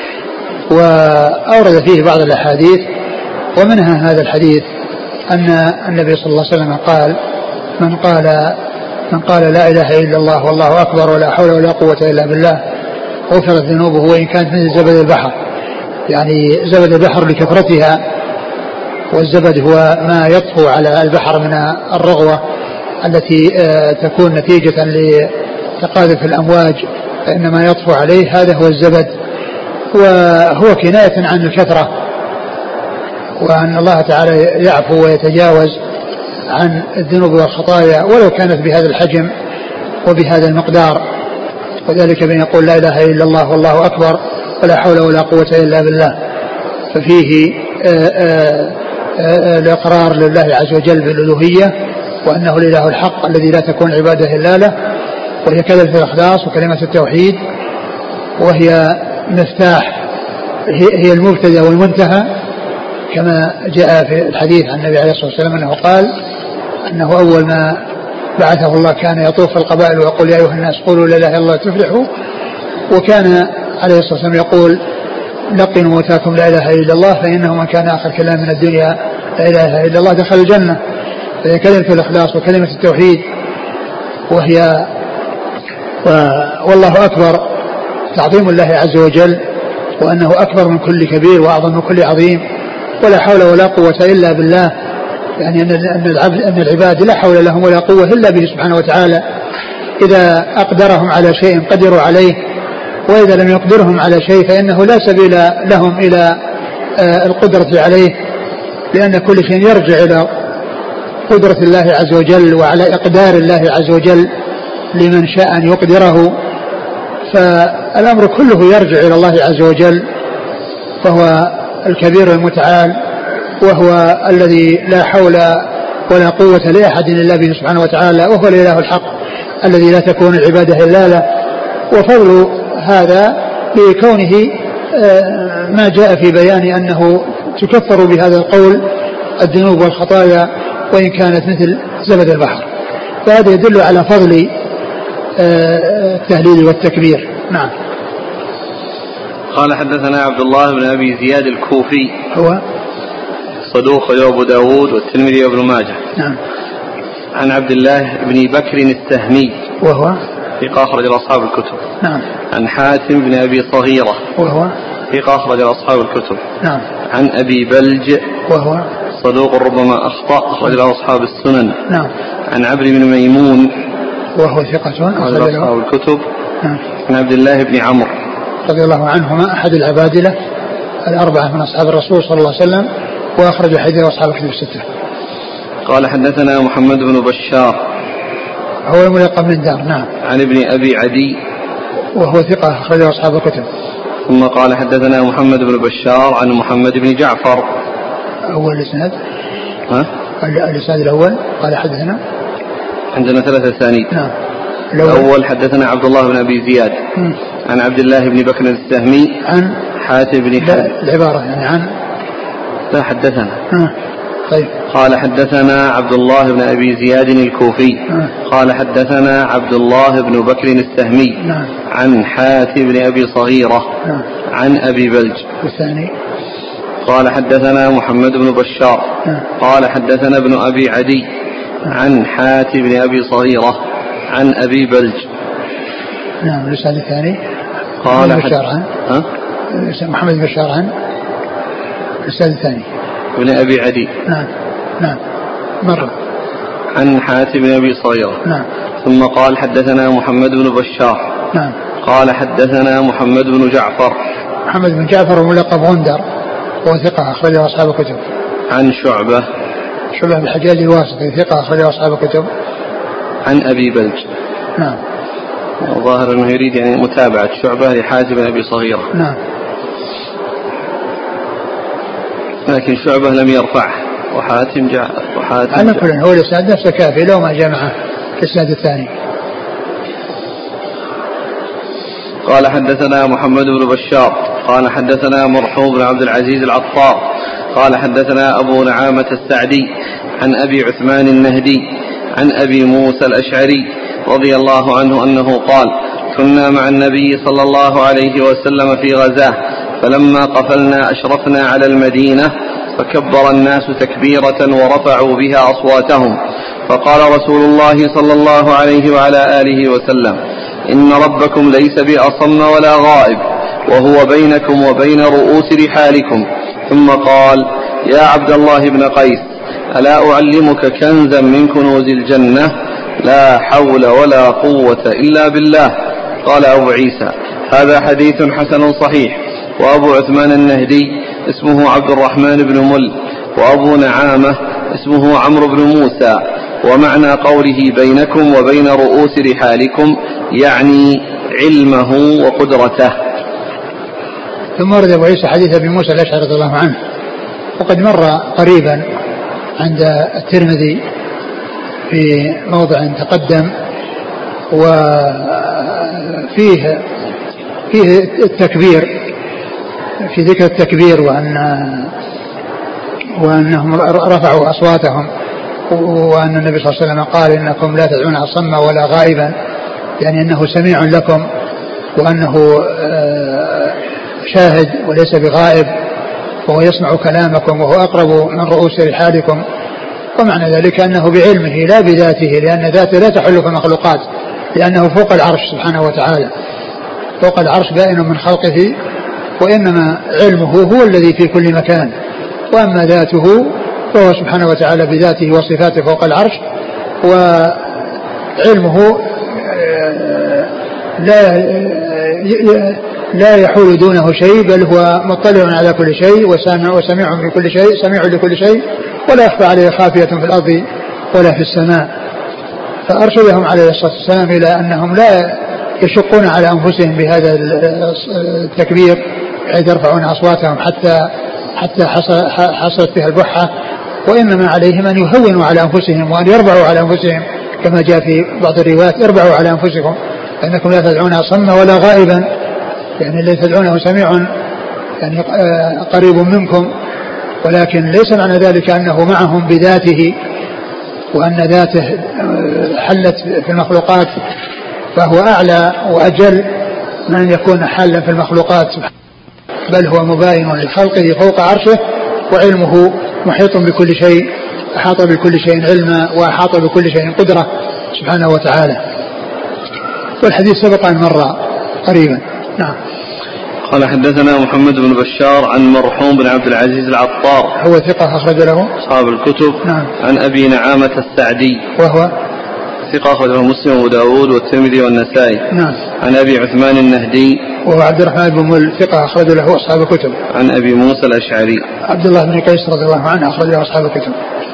وأورد فيه بعض الأحاديث، ومنها هذا الحديث أن النبي صلى الله عليه وسلم قال من قال من قال لا إله إلا الله والله أكبر ولا حول ولا قوة إلا بالله غفرت ذنوبه وإن كانت مثل زبد البحر. يعني زبد البحر لكثرتها، والزبد هو ما يطفو على البحر من الرغوة التي تكون نتيجة لتقاذف الأمواج، فإنما يطفو عليه هذا هو الزبد، وهو كناية عن الكثرة، وأن الله تعالى يعفو ويتجاوز عن الذنوب والخطايا ولو كانت بهذا الحجم وبهذا المقدار. وذلك بأن يقول لا إله إلا الله والله أكبر ولا حول ولا قوة إلا بالله، ففيه الإقرار لله عز وجل بالألوهية وأنه الإله الحق الذي لا تكون عباده إلا له، وهي كلمة الإخلاص وكلمة التوحيد، وهي مفتاح، هي المبتدأ والمنتهى، كما جاء في الحديث عن النبي عليه الصلاة والسلام أنه قال أنه أول ما بعثه الله كان يطوف في القبائل ويقول يا أيها الناس قولوا لا إله إلا الله تفلحوا، وكان عليه الصلاة والسلام يقول لقنوا موتاكم لا إله إلا الله فإنه من كان آخر كلام من الدنيا لا إله إلا الله دخل الجنة. فهي كلمة الإخلاص وكلمة التوحيد، وهي والله أكبر تعظيم الله عز وجل، وأنه أكبر من كل كبير وأعظم من كل عظيم، ولا حول ولا قوة إلا بالله، يعني أن العبد أن العباد لا حول لهم ولا قوة إلا به سبحانه وتعالى. إذا أقدرهم على شيء قدروا عليه، وإذا لم يقدرهم على شيء فإنه لا سبيل لهم إلى القدرة عليه، لأن كل شيء يرجع إلى قدرة الله عز وجل وعلى إقدار الله عز وجل لمن شاء أن يقدره. فالأمر كله يرجع إلى الله عز وجل، فهو الكبير المتعال، وهو الذي لا حول ولا قوة لأحد إلا به سبحانه وتعالى، وهو الإله الحق الذي لا تكون العبادة إلا له. وفضل هذا بكونه ما جاء في بيان أنه تكفر بهذا القول الذنوب والخطايا وإن كانت مثل زبد البحر، فهذا يدل على فضل التهليل والتكبير. نعم. قال حدثنا عبد الله بن أبي زياد الكوفي هو صدوق أبو داود والترمذي وابن ماجه. نعم. عن عبد الله بن بكر السهمي وهو ثقة أخرج أصحاب الكتب. نعم. عن حاتم بن أبي صغيرة وهو ثقة أخرج أصحاب الكتب. نعم. عن أبي بلج وهو صدوق ربما أخطأ أخرج أصحاب السنن. نعم. عن عمرو بن ميمون وهو ثقة أخرج أصحاب الكتب. نعم. عن عبد الله بن عمرو رضي الله عنهما أحد العبادلة الأربعة من أصحاب الرسول صلى الله عليه وسلم، وأخرج حديث أصحاب الكتب الستة. قال حدثنا محمد بن بشار هو الملقب من دار. نعم. عن ابن أبي عدي وهو ثقة أخرج أصحاب الكتب. ثم قال حدثنا محمد بن بشار عن محمد بن جعفر. أول الإسناد ها؟ الإسناد الأول قال حدثنا عندنا ثلاثة أسانيد. نعم. الأول, الأول حدثنا عبد الله بن أبي زياد م. عن عبد الله بن بكر السهمي عن حاتم بن حاتم. العبارة يعني عن لا حدثنا. م. طيب. قال حدثنا عبد الله بن أبي زياد الكوفي. م. قال حدثنا عبد الله بن بكر السهمي. نعم. عن حاتم بن أبي صغيرة. نعم. عن أبي بلج. والثاني قال حدثنا محمد بن بشار. نعم. قال حدثنا ابن أبي عدي عن حاتم بن أبي صغيرة عن أبي بلج. نعم. الإسناد الثاني قال محمد بن بشار عن ها؟ محمد بن بشار عن الإسناد الثاني ابن أبي عدي. نعم نعم مرة عن حاتم بن أبي صغيرة. نعم. ثم قال حدثنا محمد بن بشار. نعم. قال حدثنا محمد بن جعفر. محمد بن جعفر وملقب غندر وهو ثقة أخرجه أصحاب الكتب. عن شعبة. شعبة بن الحجاج الواسطي ثقة أخرجه أصحاب الكتب. عن أبي بلج. نعم. الظاهر أنه يريد يعني متابعة شعبة لحاتم بن أبي صغيرة. نعم. لكن شعبة لم يرفعه وحاتم جاء وحاتم على كل هو الإسناد نفسه كافي لو ما جمعه في الإسناد الثاني. قال حدثنا محمد بن بشار قال حدثنا مرحوم بن عبد العزيز العطار قال حدثنا أبو نعامة السعدي عن أبي عثمان النهدي عن أبي موسى الأشعري رضي الله عنه أنه قال كنا مع النبي صلى الله عليه وسلم في غزاه فلما قفلنا أشرفنا على المدينة فكبر الناس تكبيرة ورفعوا بها أصواتهم فقال رسول الله صلى الله عليه وعلى آله وسلم إن ربكم ليس بأصم ولا غائب وهو بينكم وبين رؤوس رحالكم ثم قال يا عبد الله بن قيس ألا أعلمك كنزا من كنوز الجنة لا حول ولا قوة إلا بالله قال أبو عيسى هذا حديث حسن صحيح وأبو عثمان النهدي اسمه عبد الرحمن بن مل وأبو نعامة اسمه عمرو بن موسى ومعنى قوله بينكم وبين رؤوس رحالكم يعني علمه وقدرته. ثم ورد أبو عيسى حديث أبي موسى الأشعري رضي الله عنه وقد مر قريبا عند الترمذي في موضع تقدم وفيه فيه التكبير في ذكر التكبير وأن وأنهم رفعوا أصواتهم وأن النبي صلى الله عليه وسلم قال إنكم لا تدعون أصم ولا غائبا يعني أنه سميع لكم وأنه شاهد وليس بغائب وهو يسمع كلامكم وهو أقرب من رؤوس رحالكم ومعنى ذلك أنه بعلمه لا بذاته لأن ذاته لا تحل في المخلوقات لأنه فوق العرش سبحانه وتعالى فوق العرش بائن من خلقه وإنما علمه هو الذي في كل مكان وأما ذاته فهو سبحانه وتعالى بذاته وصفاته فوق العرش وعلمه لا لا يحول دونه شيء بل هو مطلع على كل شيء وسامع وسميع بكل شيء سميع لكل شيء ولا يخفى عليه خافية في الأرض ولا في السماء. فأرشدهم عليه الصلاة والسلام إلى أنهم لا يشقون على أنفسهم بهذا التكبير حيث يرفعون أصواتهم حتى حتى حصلت فيها البحة وإنما عليهم أن يهونوا على أنفسهم وأن يربعوا على أنفسهم كما جاء في بعض الروايات اربعوا على أنفسكم فإنكم لا تدعون أصم ولا غائبا يعني الذي تدعونه سميع يعني قريب منكم ولكن ليس معنى ذلك أنه معهم بذاته وأن ذاته حلت في المخلوقات فهو أعلى وأجل من أن يكون حالا في المخلوقات بل هو مباين لخلقه فوق عرشه وعلمه محيط بكل شيء أحاط بكل شيء علما وأحاط بكل شيء قدرة سبحانه وتعالى. والحديث سبق أن مر قريبا. نعم. قال حدثنا محمد بن بشار عن مرحوم بن عبد العزيز العطار هو ثقة أخرج له أصحاب الكتب. نعم. عن أبي نعامة السعدي وهو ثقة أخرجه مسلم وداود والترمذي والنسائي. نعم. عن أبي عثمان النهدي وهو عبد الرحمن بن مل ثقة أخرج له أصحاب الكتب. عن أبي موسى الأشعري عبد الله بن قيس رضي الله عنه أخرج له أصحاب الكتب.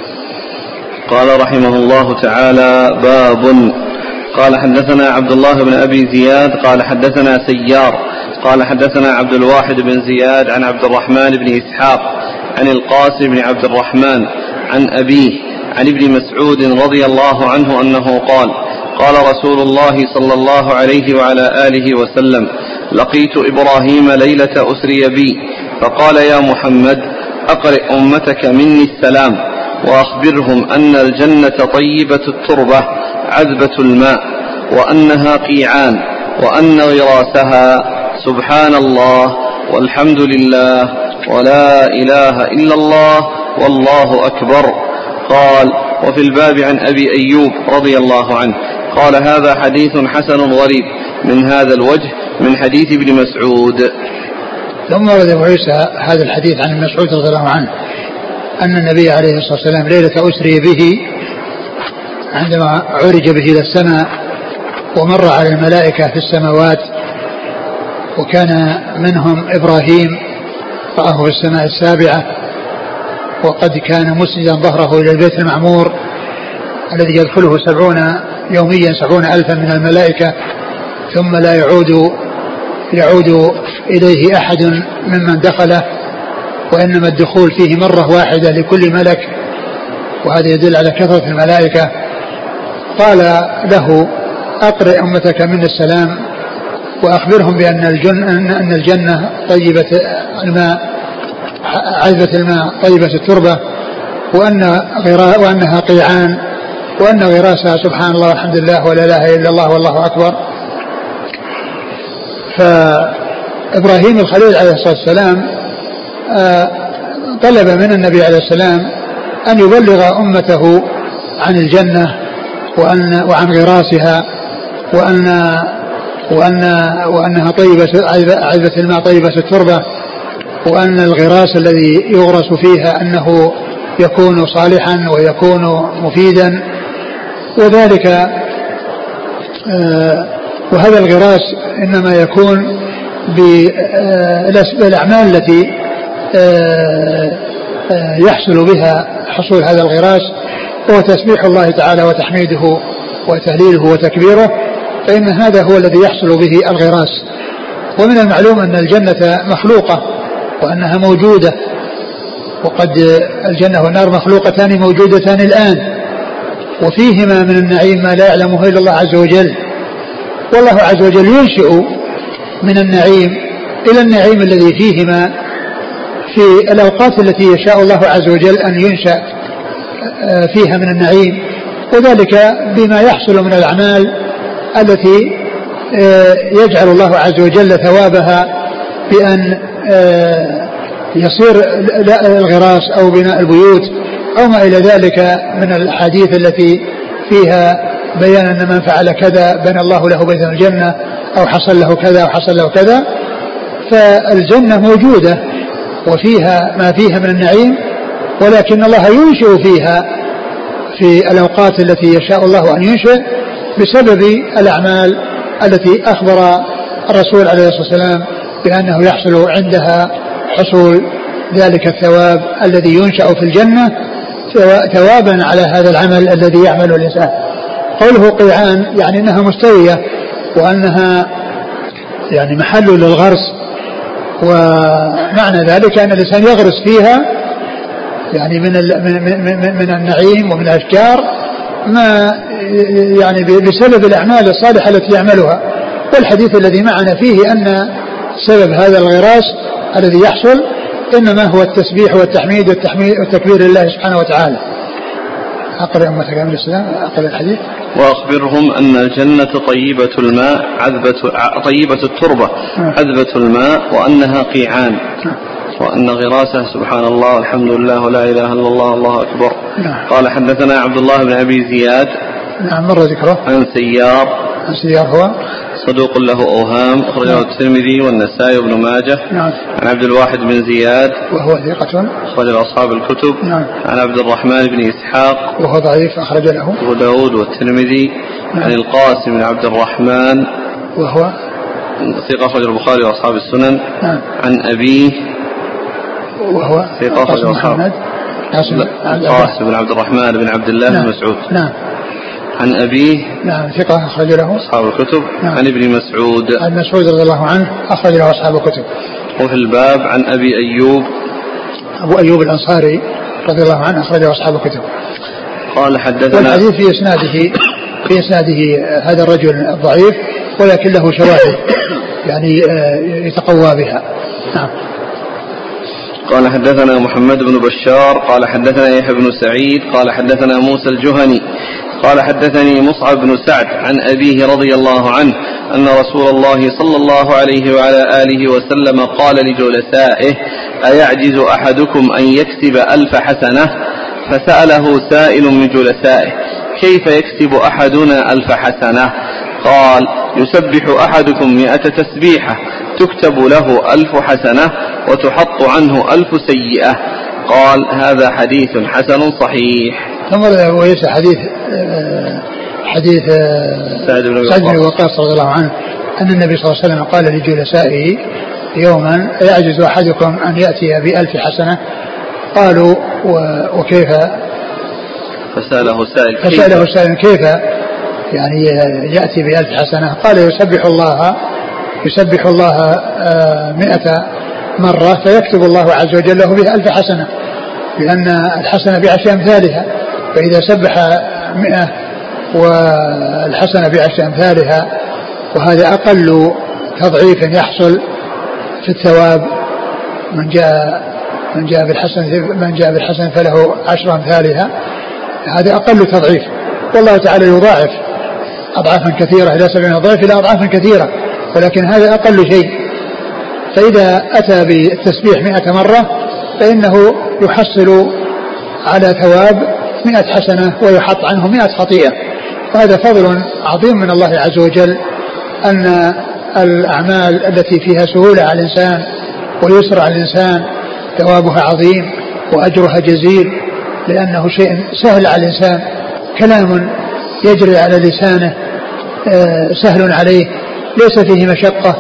قال رحمه الله تعالى باب. قال حدثنا عبد الله بن أبي زياد قال حدثنا سيار قال حدثنا عبد الواحد بن زياد عن عبد الرحمن بن إسحاق عن القاسم بن عبد الرحمن عن أبيه عن ابن مسعود رضي الله عنه أنه قال قال رسول الله صلى الله عليه وعلى آله وسلم لقيت إبراهيم ليلة أسري بي فقال يا محمد أقرئ أمتك مني السلام وأخبرهم أن الجنة طيبة التربة عذبة الماء وأنها قيعان وأن غراسها سبحان الله والحمد لله ولا إله إلا الله والله أكبر. قال وفي الباب عن أبي أيوب رضي الله عنه قال هذا حديث حسن غريب من هذا الوجه من حديث ابن مسعود. ثم ورد أبو عيسى هذا الحديث عن ابن مسعود رضي الله عنه أن النبي عليه الصلاة والسلام ليلة أسري به عندما عرج به إلى السماء ومر على الملائكة في السماوات وكان منهم إبراهيم رآه في السماء السابعة وقد كان مسندا ظهره إلى البيت المعمور الذي يدخله سبعون يوميا سبعون ألفا من الملائكة ثم لا يعود يعود إليه أحد ممن دخله وإنما الدخول فيه مرة واحدة لكل ملك وهذا يدل على كثرة الملائكة. قال له أقرئ أمتك من السلام وأخبرهم بأن الجنة, أن الجنة طيبة الماء عذبة الماء طيبة التربة وأن غرا وأنها قيعان وأن غراسها سبحان الله والحمد لله ولا إله إلا الله والله أكبر. فإبراهيم الخليل عليه الصلاة والسلام طلب من النبي عليه السلام أن يبلغ أمته عن الجنة وأن وعن غراسها وأن وأن وأنها طيبة عذبة الماء طيبة التربة وأن الغراس الذي يغرس فيها أنه يكون صالحا ويكون مفيدا وذلك وهذا الغراس إنما يكون بالأعمال التي يحصل بها حصول هذا الغراس وهو تسبيح الله تعالى وتحميده وتهليله وتكبيره فإن هذا هو الذي يحصل به الغراس. ومن المعلوم أن الجنة مخلوقة وأنها موجودة وقد الجنة والنار مخلوقتان موجودتان الآن وفيهما من النعيم ما لا يعلمه إلا الله عز وجل والله عز وجل ينشئ من النعيم إلى النعيم الذي فيهما في الأوقات التي يشاء الله عز وجل أن ينشأ فيها من النعيم وذلك بما يحصل من الأعمال التي يجعل الله عز وجل ثوابها بأن يصير الغراس أو بناء البيوت أو ما إلى ذلك من الحديث التي فيها بيان أن من فعل كذا بنى الله له بيتا الجنة أو حصل له كذا أو حصل له كذا. فالجنة موجودة وفيها ما فيها من النعيم ولكن الله ينشئ فيها في الأوقات التي يشاء الله أن ينشئ بسبب الأعمال التي أخبر الرسول عليه الصلاة والسلام بأنه يحصل عندها حصول ذلك الثواب الذي ينشأ في الجنة ثوابا على هذا العمل الذي يعمله الإنسان. قوله قيعان يعني أنها مستوية وأنها يعني محل للغرس ومعنى ذلك أن الإنسان يغرس فيها يعني من من من النعيم ومن الأشجار ما يعني بسبب الأعمال الصالحة التي يعملها. والحديث الذي معنا فيه أن سبب هذا الغراس الذي يحصل إنما هو التسبيح والتحميد والتكبير لله سبحانه وتعالى. أقرأ أمتك من السلام أقرأ الحديث. وأخبرهم أن الجنة طيبة الماء عذبة طيبة التربة عذبة الماء وأنها قيعان وأن غراسه سبحان الله والحمد لله ولا إله إلا الله الله أكبر. نعم. قال حدثنا عبد الله بن أبي زياد نعم مر ذكره عن سيار عن سيار هو صدوق له أوهام أخرجه نعم. الترمذي والنسائي وابن ماجه. نعم. عن عبد الواحد بن زياد وهو ثقة أخرج أصحاب الكتب. نعم. عن عبد الرحمن بن إسحاق وهو ضعيف أخرج له أبو داود والترمذي. نعم. عن القاسم بن عبد الرحمن وهو ثقة أخرج البخاري وأصحاب السنن. نعم. عن أبيه وهو ثقة أخرج أصحاب القاسم بن عبد الرحمن بن عبد الله بن مسعود. نعم. عن أبيه نعم ثقة أخرج له أصحاب الكتب. نعم. عن ابن مسعود عن مسعود رضي الله عنه أخرج له أصحاب الكتب. وفي الباب عن أبي أيوب أبو أيوب الأنصاري رضي الله عنه أخرج له أصحاب الكتب. قال حدثنا والحديث في إسناده في إسناده هذا الرجل الضعيف ولكن له شواهد يعني يتقوى بها. نعم. قال حدثنا محمد بن بشار قال حدثنا يحيى بن سعيد قال حدثنا موسى الجهني قال حدثني مصعب بن سعد عن أبيه رضي الله عنه أن رسول الله صلى الله عليه وعلى آله وسلم قال لجلسائه أيعجز أحدكم أن يكسب ألف حسنة فسأله سائل من جلسائه: كيف يكسب أحدنا ألف حسنة؟ قال: يسبح أحدكم مئة تسبيحة تكتب له ألف حسنة وتحط عنه ألف سيئة. قال: هذا حديث حسن صحيح. ثم ويس حديث حديث سعد بن وقاص رضي الله عنه أن النبي صلى الله عليه وسلم قال لجلسائه يوما: يعجز أحدكم أن يأتي بألف حسنة؟ قالوا: وكيف؟ فسأله سائل فسأله سائل كيف يعني يأتي بألف حسنة؟ قال: يسبح الله يسبح الله مئة مرة فيكتب الله عز وجل له بها ألف حسنة، لأن الحسنة بعشر أمثالها، فإذا سبح مئة والحسنة بعشر أمثالها، وهذا أقل تضعيف يحصل في الثواب. من جاء من جاء بالحسن من جاء بالحسن فله عشر أمثالها، هذا أقل تضعيف، والله تعالى يضاعف أضعافا كثيرة إلى سبعين ضعف إلى أضعافا كثيرة، ولكن هذا أقل شيء. فإذا أتى بالتسبيح مئة مرة فإنه يحصل على ثواب مئة حسنة ويحط عنه مئة خطيئة، وهذا فضل عظيم من الله عز وجل، أن الأعمال التي فيها سهولة على الإنسان ويسر على الإنسان ثوابها عظيم وأجرها جزيل، لأنه شيء سهل على الإنسان، كلام يجري على لسانه سهل عليه ليس فيه مشقة،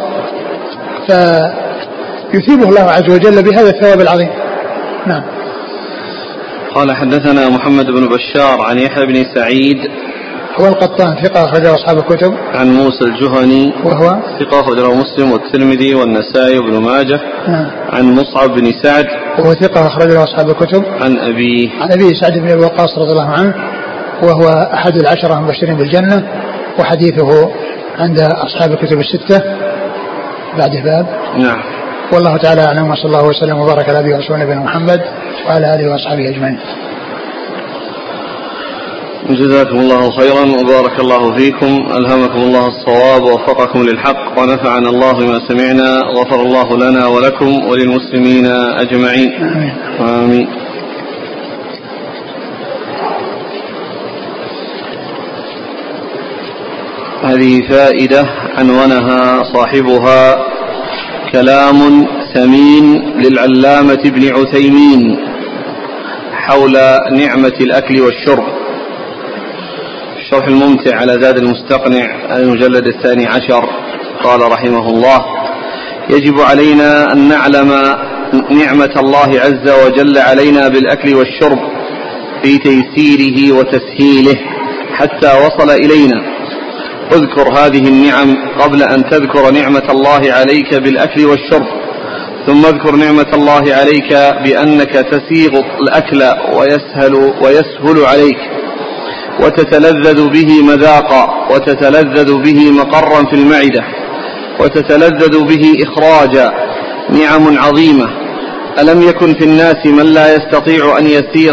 فيثيبه الله عز وجل بهذا الثواب العظيم. نعم. قال: حدثنا محمد بن بشار عن يحيى بن سعيد هو القطان ثقة أخرجه أصحاب الكتب. عن موسى الجهني وهو ثقة أخرجه مسلم والترمذي والنسائي وابن ماجه. نعم. عن مصعب بن سعد وهو ثقة أخرجه أصحاب الكتب. عن أبي عن أبي سعد بن أبي وقاص رضي الله عنه، وهو أحد العشرة المبشرين بالجنة، وحديثه عند أصحاب الكتب الستة بعد باب. نعم. والله تعالى أعلم، وصلى الله وسلم وبارك على نبينا ورسولنا نبينا محمد وعلى آله وأصحابه أجمعين. جزاكم الله خيرا وبارك الله فيكم، ألهمكم الله الصواب ووفقكم للحق، ونفعنا الله بما سمعنا، غفر الله لنا ولكم وللمسلمين أجمعين. آمين. آمين. هذه فائدة عنونها صاحبها: كلام ثمين للعلامة ابن عثيمين حول نعمة الأكل والشرب. الشرح الممتع على زاد المستقنع المجلد الثاني عشر. قال رحمه الله: يجب علينا أن نعلم نعمة الله عز وجل علينا بالأكل والشرب في تيسيره وتسهيله حتى وصل إلينا. اذكر هذه النعم قبل أن تذكر نعمة الله عليك بالأكل والشرب، ثم اذكر نعمة الله عليك بأنك تسيغ الأكل ويسهل, ويسهل عليك وتتلذذ به مذاقا، وتتلذذ به مقرا في المعدة، وتتلذذ به إخراجا. نعم عظيمة. ألم يكن في الناس من لا يستطيع أن يسيغ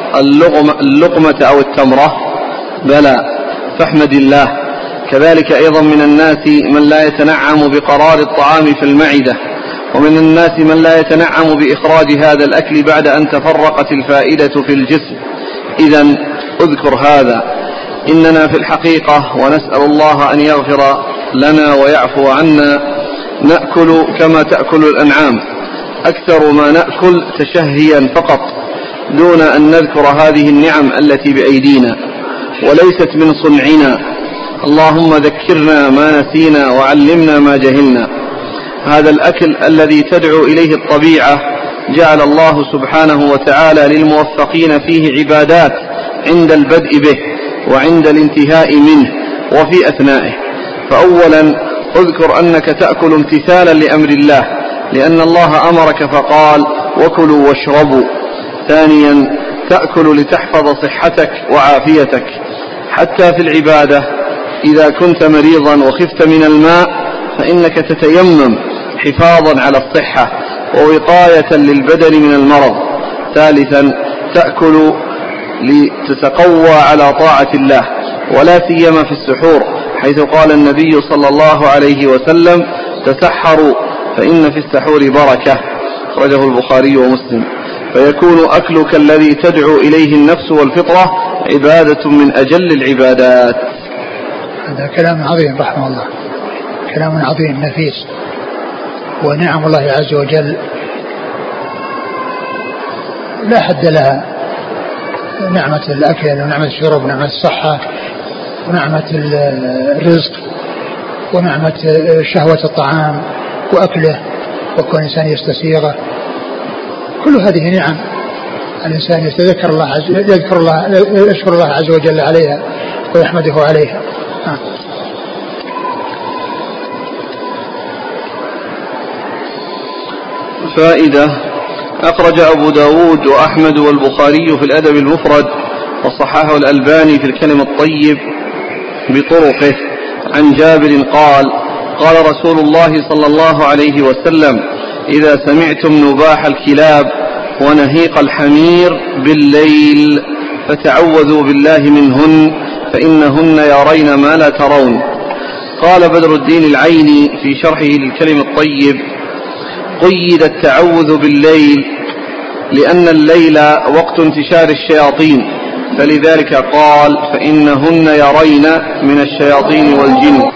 اللقمة أو التمرة؟ بلى، فاحمد الله. كذلك أيضا من الناس من لا يتنعم بقرار الطعام في المعدة، ومن الناس من لا يتنعم بإخراج هذا الأكل بعد أن تفرقت الفائدة في الجسم. إذن اذكر هذا. إننا في الحقيقة، ونسأل الله أن يغفر لنا ويعفو عنا، نأكل كما تأكل الأنعام، أكثر ما نأكل تشهيا فقط، دون أن نذكر هذه النعم التي بأيدينا وليست من صنعنا. اللهم ذكرنا ما نسينا وعلمنا ما جهلنا. هذا الأكل الذي تدعو إليه الطبيعة جعل الله سبحانه وتعالى للموفقين فيه عبادات عند البدء به وعند الانتهاء منه وفي أثنائه. فأولا اذكر أنك تأكل امتثالا لأمر الله، لأن الله أمرك فقال: وكلوا واشربوا. ثانيا تأكل لتحفظ صحتك وعافيتك، حتى في العبادة إذا كنت مريضا وخفت من الماء فإنك تتيمم حفاظا على الصحة ووقاية للبدن من المرض. ثالثا تأكل لتتقوى على طاعة الله، ولا سيما في السحور، حيث قال النبي صلى الله عليه وسلم: تسحروا فإن في السحور بركة. أخرجه البخاري ومسلم. فيكون أكلك الذي تدعو إليه النفس والفطرة عبادة من أجل العبادات. هذا كلام عظيم رحمه الله، كلام عظيم نفيس. ونعم الله عز وجل لا حد لها، نعمة الأكل ونعمة الشرب ونعمة الصحة ونعمة الرزق ونعمة شهوة الطعام وأكله وكون الإنسان يستسيغه، كل هذه نعم الإنسان يتذكر الله عز يذكر الله يشكر الله عز وجل عليها ويحمده عليها. آه. فائدة: أخرج أبو داود وأحمد والبخاري في الأدب المفرد وصححه الألباني في الكلم الطيب بطرقه عن جابر قال: قال رسول الله صلى الله عليه وسلم: إذا سمعتم نباح الكلاب ونهيق الحمير بالليل فتعوذوا بالله منهن فإنهن يرين ما لا ترون. قال بدر الدين العيني في شرحه للكلم الطيب: قيد التعوذ بالليل لأن الليل وقت انتشار الشياطين، فلذلك قال: فإنهن يرين من الشياطين والجن.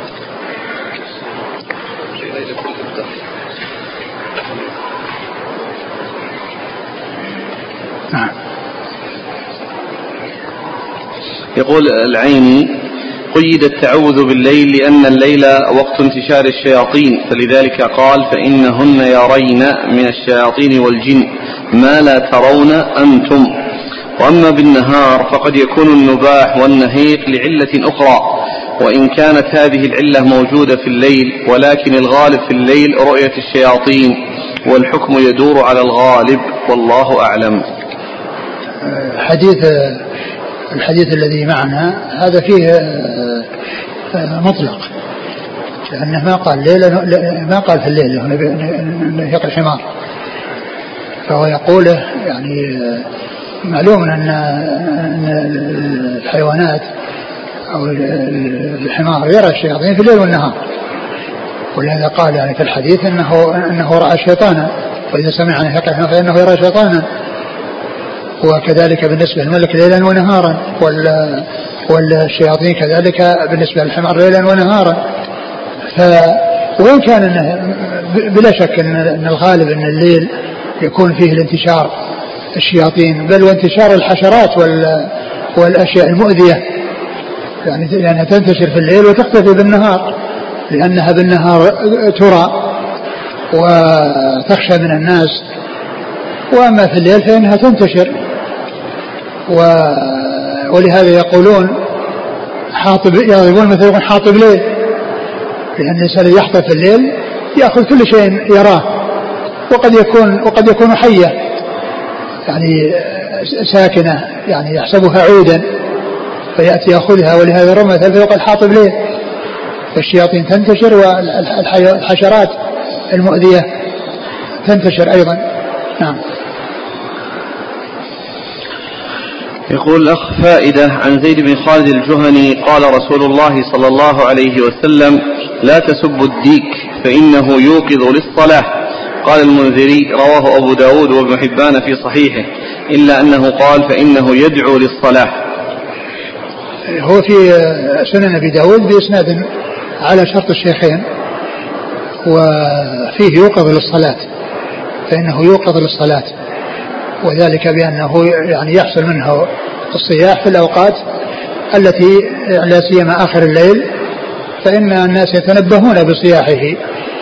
يقول العيني: قيد التعوذ بالليل لأن الليل وقت انتشار الشياطين، فلذلك قال: فإنهن يرين من الشياطين والجن ما لا ترون أنتم. وأما بالنهار فقد يكون النباح والنهيق لعلة أخرى، وإن كانت هذه العلة موجودة في الليل، ولكن الغالب في الليل رؤية الشياطين، والحكم يدور على الغالب، والله أعلم. حديث الحديث الذي معنا هذا فيه مطلق، لأنه ما قال ليلة ما قال في الليل نهيق الحمار، فهو يقوله يعني معلوم أن الحيوانات أو الحمار يرى الشياطين في الليل والنهار، ولهذا قال يعني في الحديث أنه أنه رأى شيطانا، وإذا سمع نهيق الحمار فإنه يرى شيطانا. وكذلك بالنسبة للملك ليلا ونهارا، والشياطين كذلك بالنسبة للحمار ليلا ونهارا. وإن كان بلا شك أن الغالب أن الليل يكون فيه الانتشار الشياطين، بل وانتشار الحشرات والأشياء المؤذية، يعني لأنها تنتشر في الليل وتختفي بالنهار، لأنها بالنهار ترى وتخشى من الناس، وأما في الليل فإنها تنتشر. ولهذا يقولون حاطب، يضربون مثل يقول حاطب ليل، لأن الإنسان يحطب في الليل يأخذ كل شيء يراه، وقد يكون وقد يكون حية يعني ساكنة يعني يحسبها عودا فيأتي يأخذها، ولهذا رمى مثل يقول حاطب ليل. فالشياطين تنتشر والحشرات المؤذية تنتشر أيضا. نعم. يقول الأخ: فائدة عن زيد بن خالد الجهني قال رسول الله صلى الله عليه وسلم: لا تسبوا الديك فإنه يوقظ للصلاة. قال المنذري: رواه أبو داود وابن حبان في صحيحه، إلا أنه قال: فإنه يدعو للصلاة. هو في سنن أبي داود بإسناد على شرط الشيخين، وفيه يوقظ للصلاة، فإنه يوقظ للصلاة، وذلك بأنه يعني يحصل منه الصياح في الأوقات التي لا سيما آخر الليل، فإن الناس يتنبهون بصياحه،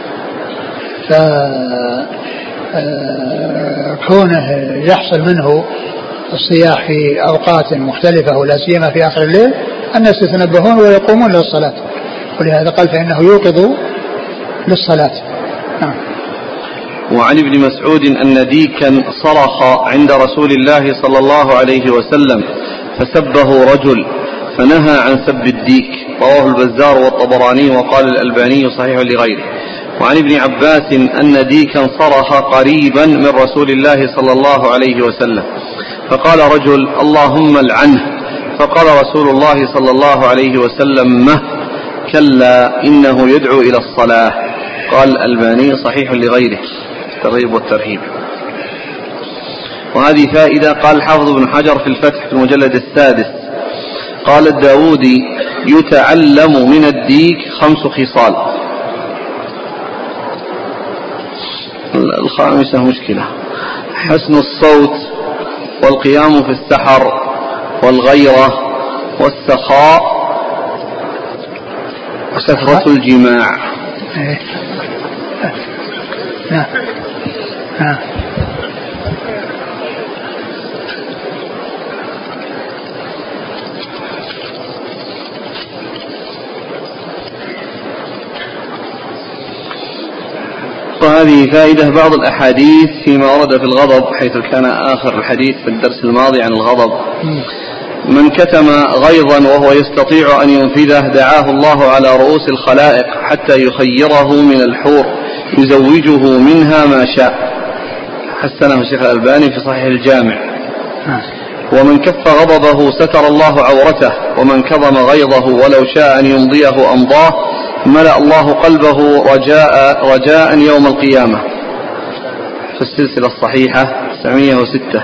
فكونه يحصل منه الصياح في أوقات مختلفة ولا سيما في آخر الليل الناس يتنبهون ويقومون للصلاة، ولهذا قال: فإنه يوقظ للصلاة. نعم. وعن ابن مسعود أن ديكا صرخ عند رسول الله صلى الله عليه وسلم فسبه رجل فنهى عن سب الديك، رواه البزار والطبراني وقال الألباني صحيح لغيره. وعن ابن عباس أن ديكا صرخ قريبا من رسول الله صلى الله عليه وسلم فقال رجل: اللهم العنه، فقال رسول الله صلى الله عليه وسلم: مه، كلا إنه يدعو إلى الصلاة. قال الألباني صحيح لغيره، الترغيب والترهيب. وهذه فائدة. قال الحافظ ابن حجر في الفتح في المجلد السادس قال الداودي يتعلم من الديك خمس خصال. الخامسة مشكلة: حسن الصوت، والقيام في السحر، والغيرة، والسخاء، وكثرة الجماع. نعم نعم. وهذه فائدة. بعض الأحاديث فيما ورد في الغضب، حيث كان آخر الحديث في الدرس الماضي عن الغضب: من كتم غيظا وهو يستطيع أن ينفذه دعاه الله على رؤوس الخلائق حتى يخيره من الحور يزوجه منها ما شاء. حسنه الشيخ الألباني في صحيح الجامع. ومن كف غضبه ستر الله عورته، ومن كظم غيظه ولو شاء أن يمضيه أمضاه ملأ الله قلبه رجاء رجاء يوم القيامة، في السلسلة الصحيحة تسعمائة وستة.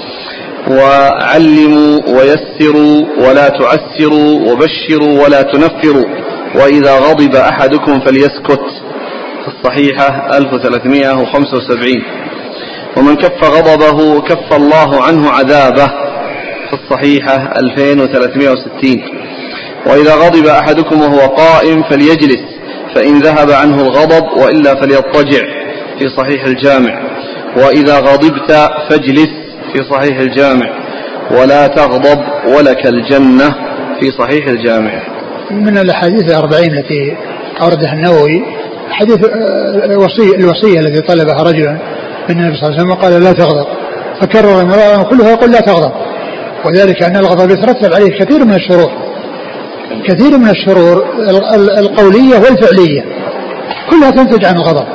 وعلموا ويسروا ولا تعسروا، وبشروا ولا تنفروا، وإذا غضب أحدكم فليسكت، في الصحيحة ألف وثلاثمائة وخمسة وسبعين. ومن كف غضبه كف الله عنه عذابه، في الصحيحة ألفين وثلاثمائة وستين. وإذا غضب أحدكم وهو قائم فليجلس فإن ذهب عنه الغضب، وإلا فليضطجع، في صحيح الجامع. وإذا غضبت فاجلس، في صحيح الجامع. ولا تغضب ولك الجنة، في صحيح الجامع. من الأحاديث الأربعين التي أوردها النووي حديث الوصية, الوصية التي طلبها رجل من النبي صلى الله عليه وسلم وقال لا تغضب، فكرر مرارا كلها يقول لا تغضب، وذلك أن الغضب يترتب عليه كثير من الشرور، كثير من الشرور القولية والفعلية كلها تنتج عن الغضب.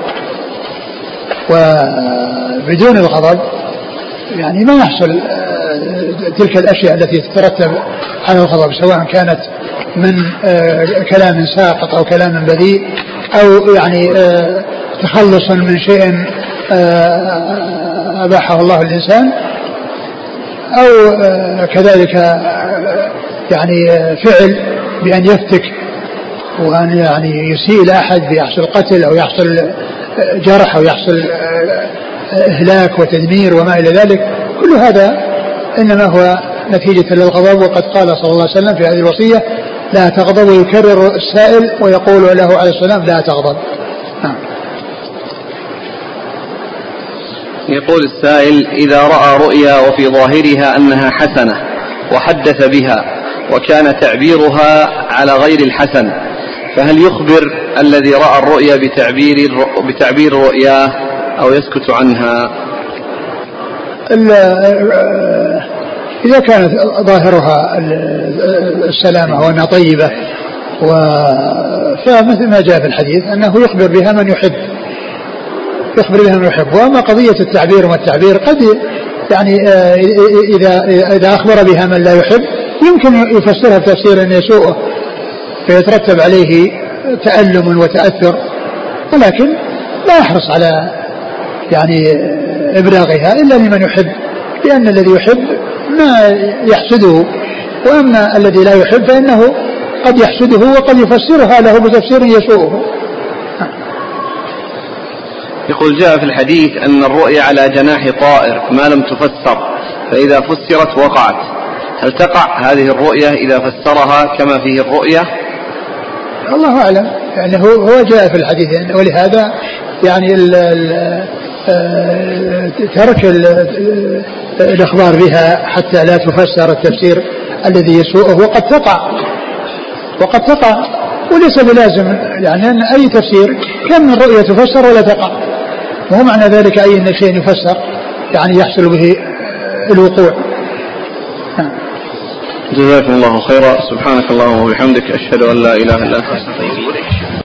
وبدون الغضب يعني ما يحصل تلك الأشياء التي تترتب على الغضب، سواء كانت من كلام ساقط أو كلام بذيء، أو يعني تخلص من شيء أباحه الله الإنسان، أو كذلك يعني فعل بأن يفتك وأن يعني يسيء إلى أحد بيحصل قتل أو يحصل جرح أو يحصل إهلاك وتدمير وما إلى ذلك. كل هذا إنما هو نتيجة للغضب. وقد قال صلى الله عليه وسلم في هذه الوصية لا تغضب، ويكرر السائل ويقول له عليه السلام لا تغضب. نعم. يقول السائل: إذا رأى رؤيا وفي ظاهرها أنها حسنة وحدث بها وكان تعبيرها على غير الحسن، فهل يخبر الذي رأى الرؤيا بتعبير بتعبير رؤياه أو يسكت عنها؟ إذا كانت ظاهرها السلامة وأنها طيبة، فمثل ما جاء في الحديث أنه يخبر بها من يحب، يخبر بها من يحب. وأما قضية التعبير والتعبير قد يعني إذا إذا أخبر بها من لا يحب يمكن يفسرها بتفسير يسوءه فيترتب عليه تألم وتأثر، ولكن لا يحرص على يعني إبلاغها إلا لمن يحب، لأن الذي يحب ما يحسده، وأما الذي لا يحب فإنه قد يحسده وقد يفسرها له بتفسير يسوءه. يقول: جاء في الحديث أن الرؤيا على جناح طائر ما لم تفسر، فإذا فسرت وقعت، هل تقع هذه الرؤيا إذا فسرها كما فيه الرؤيا؟ الله أعلم، يعني هو جاء في الحديث، ولهذا يعني ال ال ترك الإخبار بها حتى لا تفسر التفسير الذي يسوءه، وقد تقع وقد تقع وليس بلازم يعني أن أي تفسير كم من رؤية تفسر ولا تقع، وهو معنى ذلك أي أن شيء يفسر يعني يحصل به الوقوع. جزاكم الله خيرا. سبحانك اللهم وبحمدك، أشهد أن لا إله إلا أنت.